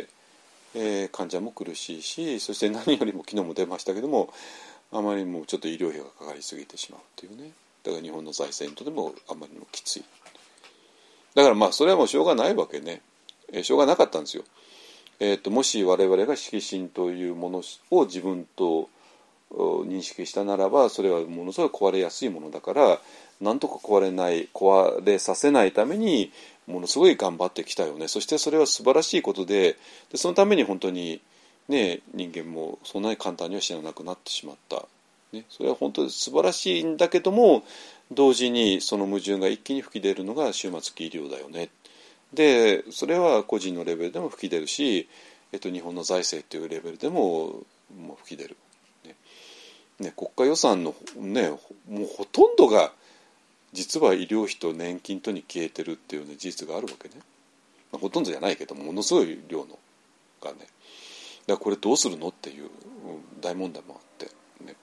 患者も苦しいし、そして何よりも昨日も出ましたけどもあまりにもちょっと医療費がかかりすぎてしまうっていうね。だから日本の財政にとってもあまりにもきつい。だからまあそれはもうしょうがないわけね、しょうがなかったんですよ。もし我々が色心というものを自分と認識したならば、それはものすごい壊れやすいものだからなんとか壊れさせないためにものすごい頑張ってきたよね。そしてそれは素晴らしいことで、そのために本当に、ね、人間もそんなに簡単には死ななくなってしまった、ね、それは本当に素晴らしいんだけども同時にその矛盾が一気に吹き出るのが終末期医療だよね。でそれは個人のレベルでも吹き出るし、日本の財政っていうレベルでも吹き出る、ね、国家予算の、ね、もうほとんどが実は医療費と年金とに消えてるっていう、ね、事実があるわけね。ほとんどじゃないけどものすごい量のがね。だからこれどうするのっていう大問題もあって、ね、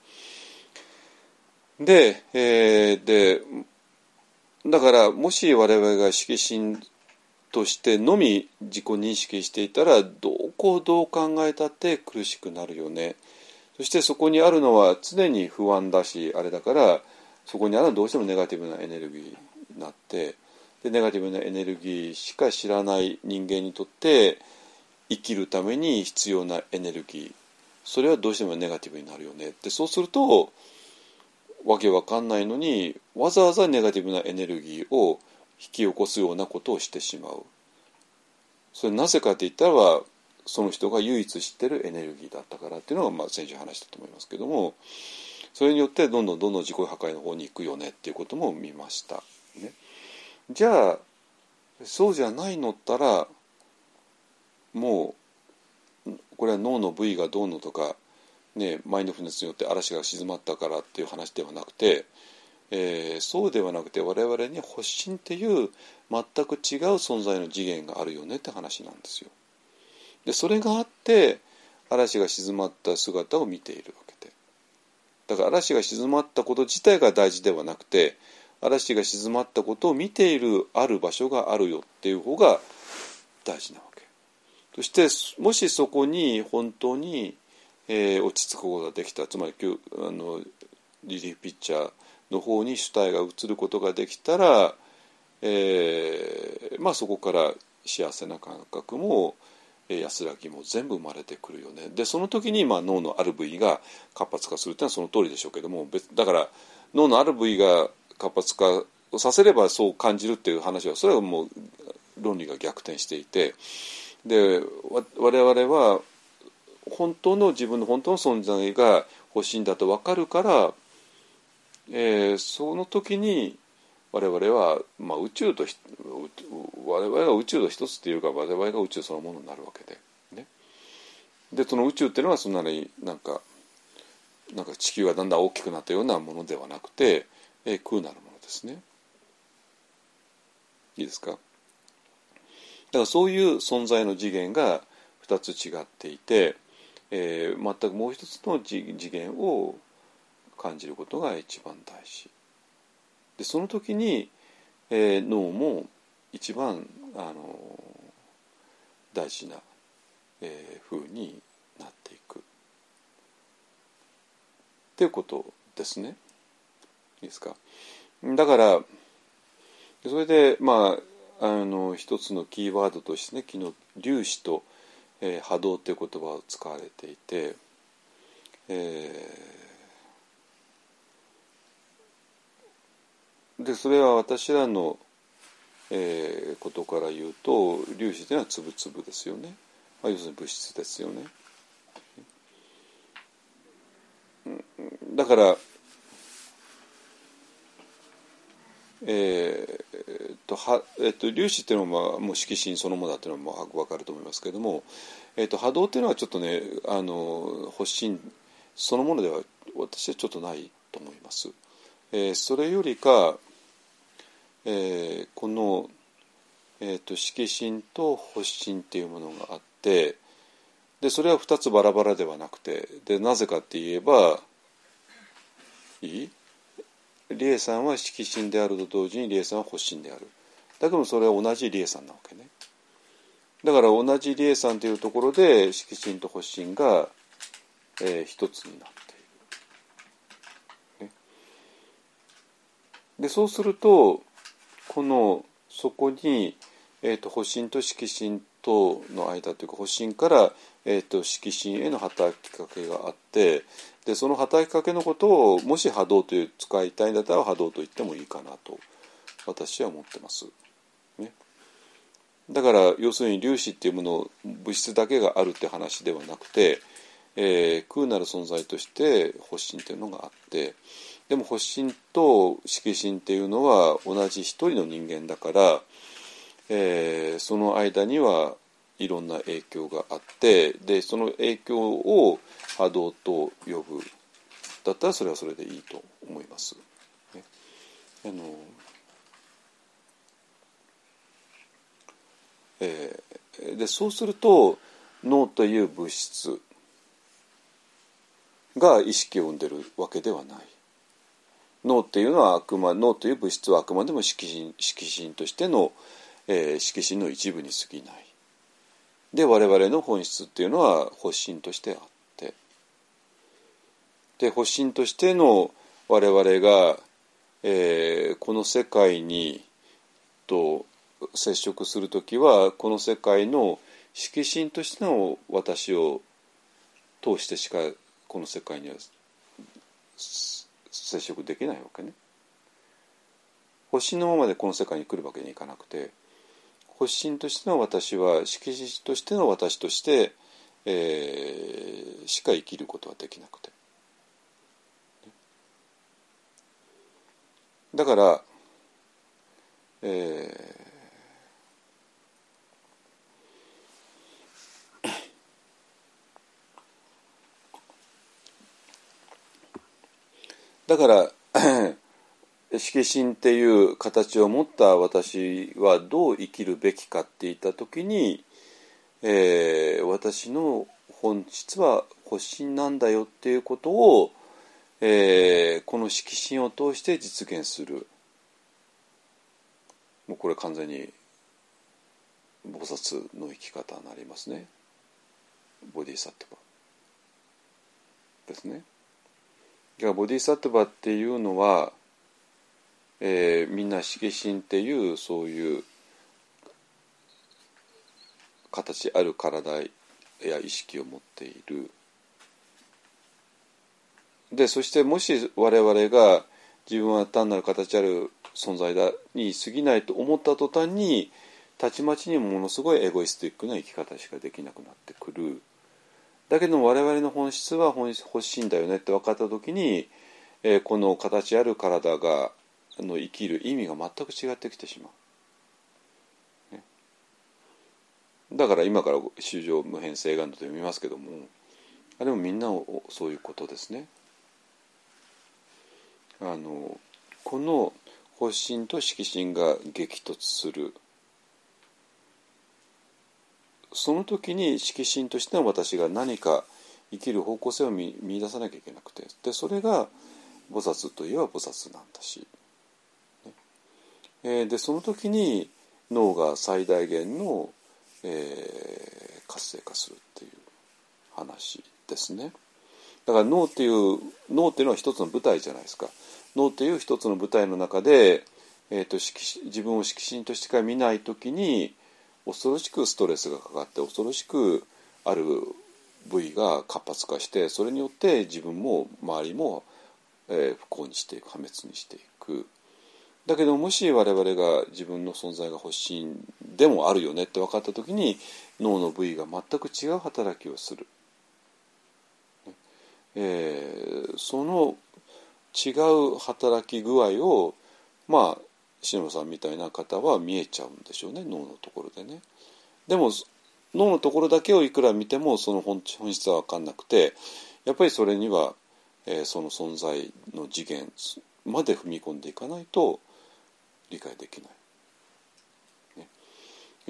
でだからもし我々が色心としてのみ自己認識していたらどう考えたって苦しくなるよね。そしてそこにあるのは常に不安だしあれだから、そこにあるのはどうしてもネガティブなエネルギーになって、でネガティブなエネルギーしか知らない人間にとって生きるために必要なエネルギー、それはどうしてもネガティブになるよね。でそうするとわけわかんないのにわざわざネガティブなエネルギーを引き起こすようなことをしてしまう。それなぜかって言ったらその人が唯一知ってるエネルギーだったからっていうのが、まあ、先週話したと思いますけども、それによってどんどん自己破壊の方に行くよねっていうことも見ました、ね。じゃあそうじゃないのったらもうこれは脳の部位がどうのとか、ね、マインドフルネスによって嵐が静まったからっていう話ではなくて、そうではなくて我々に発心っていう全く違う存在の次元があるよねって話なんですよ。でそれがあって嵐が静まった姿を見ているわけで、だから嵐が静まったこと自体が大事ではなくて、嵐が静まったことを見ているある場所があるよっていう方が大事なわけ。そしてもしそこに本当に、落ち着くことができた、つまりリリーフピッチャーの方に主体が移ることができたら、まあそこから幸せな感覚も安らぎも全部生まれてくるよね。でその時に、まあ、脳のある部位が活発化するっていうのはその通りでしょうけども、だから脳のある部位が活発化をさせればそう感じるっていう話はそれはもう論理が逆転していて、で我々は自分の本当の存在が欲しいんだと分かるから、その時に我々は、まあ、我々が宇宙の一つっていうか我々が宇宙そのものになるわけで、ね、でその宇宙っていうのはそんなになんか地球がだんだん大きくなったようなものではなくて、空なるものですね。いいですか。だからそういう存在の次元が2つ違っていて、全くもう一つの次元を感じることが一番大事で、その時に、脳も一番大事な、風になっていくっていうことですね。いいですか。だからそれでまあ一つのキーワードとしてね、昨日粒子と、波動という言葉を使われていて、でそれは私らの、ことから言うと粒子というのは粒々ですよね、要するに物質ですよね。だから粒子っていうのは、もう色心そのものだっていうのは分かると思いますけれども、波動っていうのはちょっとね発心そのものでは私はちょっとないと思います。それよりか、この、色心と発心っていうものがあって、でそれは2つバラバラではなくて、でなぜかって言えば理恵さんは色心であると同時に理恵さんは発心である。だけどそれは同じ理恵さんなわけね。だから同じ理恵さんというところで色心と発心が、一つになっている、ね、でそうするとそこに、発心と色心との間というか、発心から、色心への働きかけがあって、でその働きかけのことをもし波動という使いたいんだったら波動と言ってもいいかなと私は思ってます、ね、だから要するに粒子っていうもの物質だけがあるって話ではなくて、空なる存在として発心というのがあって、でも発心と色心っていうのは同じ一人の人間だから、その間にはいろんな影響があって、でその影響を波動と呼ぶだったらそれはそれでいいと思います、ね、でそうすると脳という物質が意識を生んでるわけではない。脳っていうのは脳という物質はあくまでも色心としての、色心の一部に過ぎない。で我々の本質っていうのは発心としてあって、で発心としての我々が、この世界にと接触するときはこの世界の色心としての私を通してしかこの世界には接触できないわけね。発心のままでこの世界に来るわけにいかなくて、発心としての私は色心としての私として、しか生きることはできなくて、だから、だから色心っていう形を持った私はどう生きるべきかっていったときに、私の本質は発心なんだよっていうことを、この色心を通して実現する。もうこれ完全に菩薩の生き方になりますね。ボディサットバですね。ボディサットバっていうのは、みんな色心っていうそういう形ある体や意識を持っている。でそしてもし我々が自分は単なる形ある存在だに過ぎないと思った途端にたちまちにものすごいエゴイスティックな生き方しかできなくなってくる。だけど我々の本質は発心だよねって分かった時に、この形ある体が生きる意味が全く違ってきてしまう、ね、だから今から衆生無変性願度と読みますけども、あれもみんなそういうことですね。この発心と色心が激突する、その時に色心としての私が何か生きる方向性を見出さなきゃいけなくて、でそれが菩薩といえば菩薩なんだし、でその時に脳が最大限の、活性化するっていう話ですね。だから脳っていうのは一つの舞台じゃないですか。脳っていう一つの舞台の中で、 自分を色心としてから見ないときに恐ろしくストレスがかかって恐ろしくある部位が活発化して、それによって自分も周りも、不幸にしていく、破滅にしていく。だけどもし我々が自分の存在が発心でもあるよねって分かったときに、脳の部位が全く違う働きをする、その違う働き具合をまあ篠野さんみたいな方は見えちゃうんでしょうね、脳のところでね。でも脳のところだけをいくら見てもその本質は分かんなくて、やっぱりそれには、その存在の次元まで踏み込んでいかないと理解できない、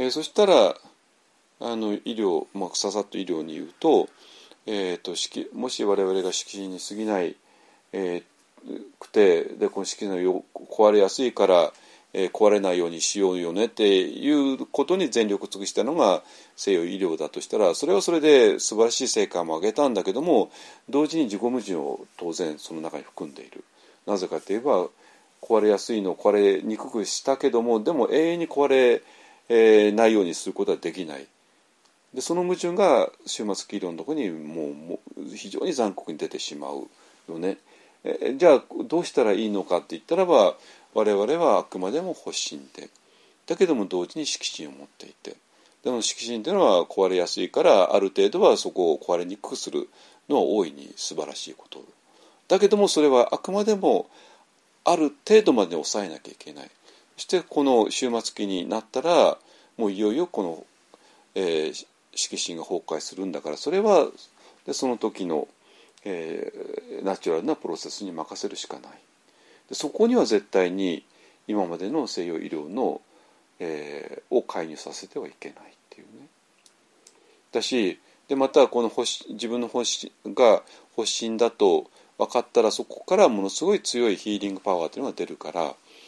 そしたら医療、ささっと医療に言うと、もし我々が色心に過ぎない、くて、でこの色心が壊れやすいから、壊れないようにしようよねっていうことに全力を尽くしたのが西洋医療だとしたら、それはそれで素晴らしい成果も上げたんだけども、同時に自己矛盾を当然その中に含んでいる。なぜかといえば壊れやすいのを壊れにくくしたけども、でも永遠に壊れ、ないようにすることはできない。でその矛盾が終末期医療のところにもう非常に残酷に出てしまうよね。じゃあどうしたらいいのかって言ったらば、我々はあくまでも発心で、だけども同時に色心を持っていて、でも色心というのは壊れやすいから、ある程度はそこを壊れにくくするのは大いに素晴らしいことだけども、それはあくまでもある程度まで抑えなきゃいけない。そしてこの終末期になったらもういよいよこの、色心が崩壊するんだから、それはでその時の、ナチュラルなプロセスに任せるしかない。でそこには絶対に今までの西洋医療の、を介入させてはいけないっていうね。だし、でまたこの自分の発心だと分かったら、そこからものすごい強いヒーリングパワーというのが出るから、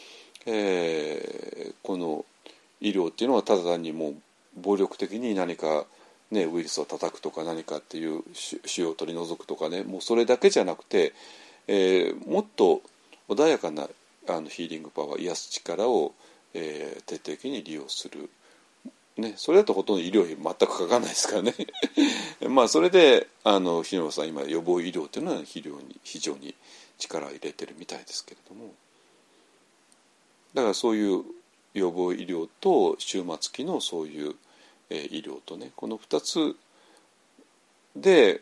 この医療っていうのはただ単にもう暴力的に何かね、ウイルスを叩くとか何かっていう腫瘍を取り除くとかね、もうそれだけじゃなくて、もっと穏やかなヒーリングパワー、癒す力を、徹底的に利用する、ね、それだとほとんど医療費全くかかんないですからねそれで日野さん今予防医療というのは非常に力を入れてるみたいですけれども、だからそういう予防医療と終末期のそういう医療とね、この2つで、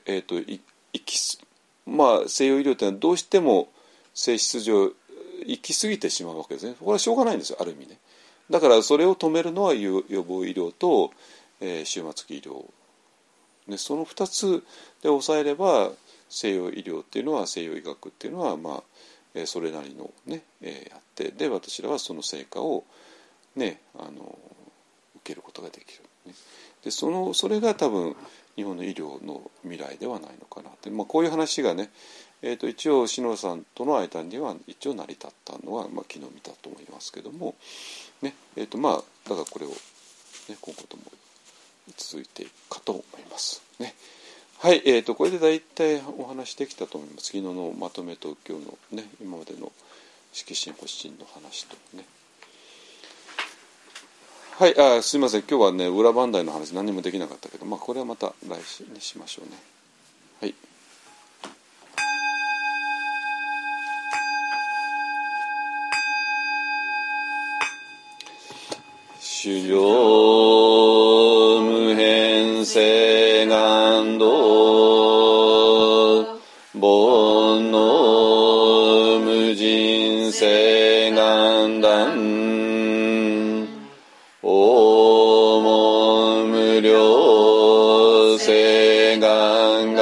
西洋医療というのはどうしても性質上行き過ぎてしまうわけですね。これはしょうがないんですよ、ある意味ね。だからそれを止めるのは予防医療と、終末期医療で、その2つで抑えれば西洋医療っていうのは、西洋医学っていうのはそれなりのね、やって、で私らはその成果をね受けることができる。でそれが多分日本の医療の未来ではないのかなって、こういう話がね、一応篠田さんとの間には一応成り立ったのは、昨日見たと思いますけども、ね、だからこれを、ね、今後とも続いていくかと思いますね。はい、これで大体お話できたと思います。昨日のまとめと今日のね、今までの色心発心の話とね。はい、すいません、今日はね裏磐梯の話何もできなかったけど、これはまた来週にしましょうね。はい。修行無変性願道、煩悩無尽性願断、応問無量性願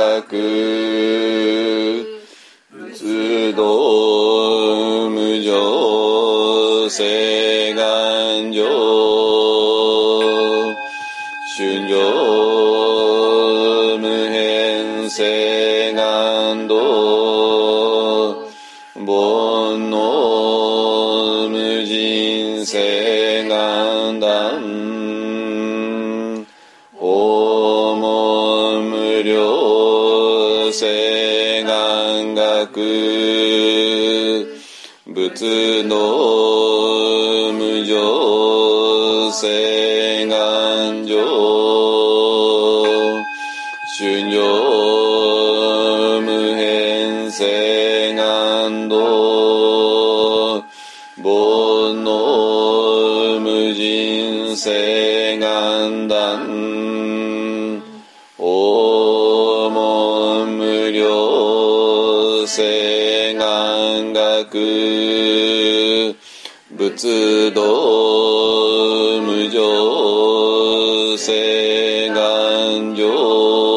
学、仏道無常性願上、春上無変性願道、煩悩無尽性願断、応問無量性願学、仏道誓願断訪問無料誓願学仏道無常誓願上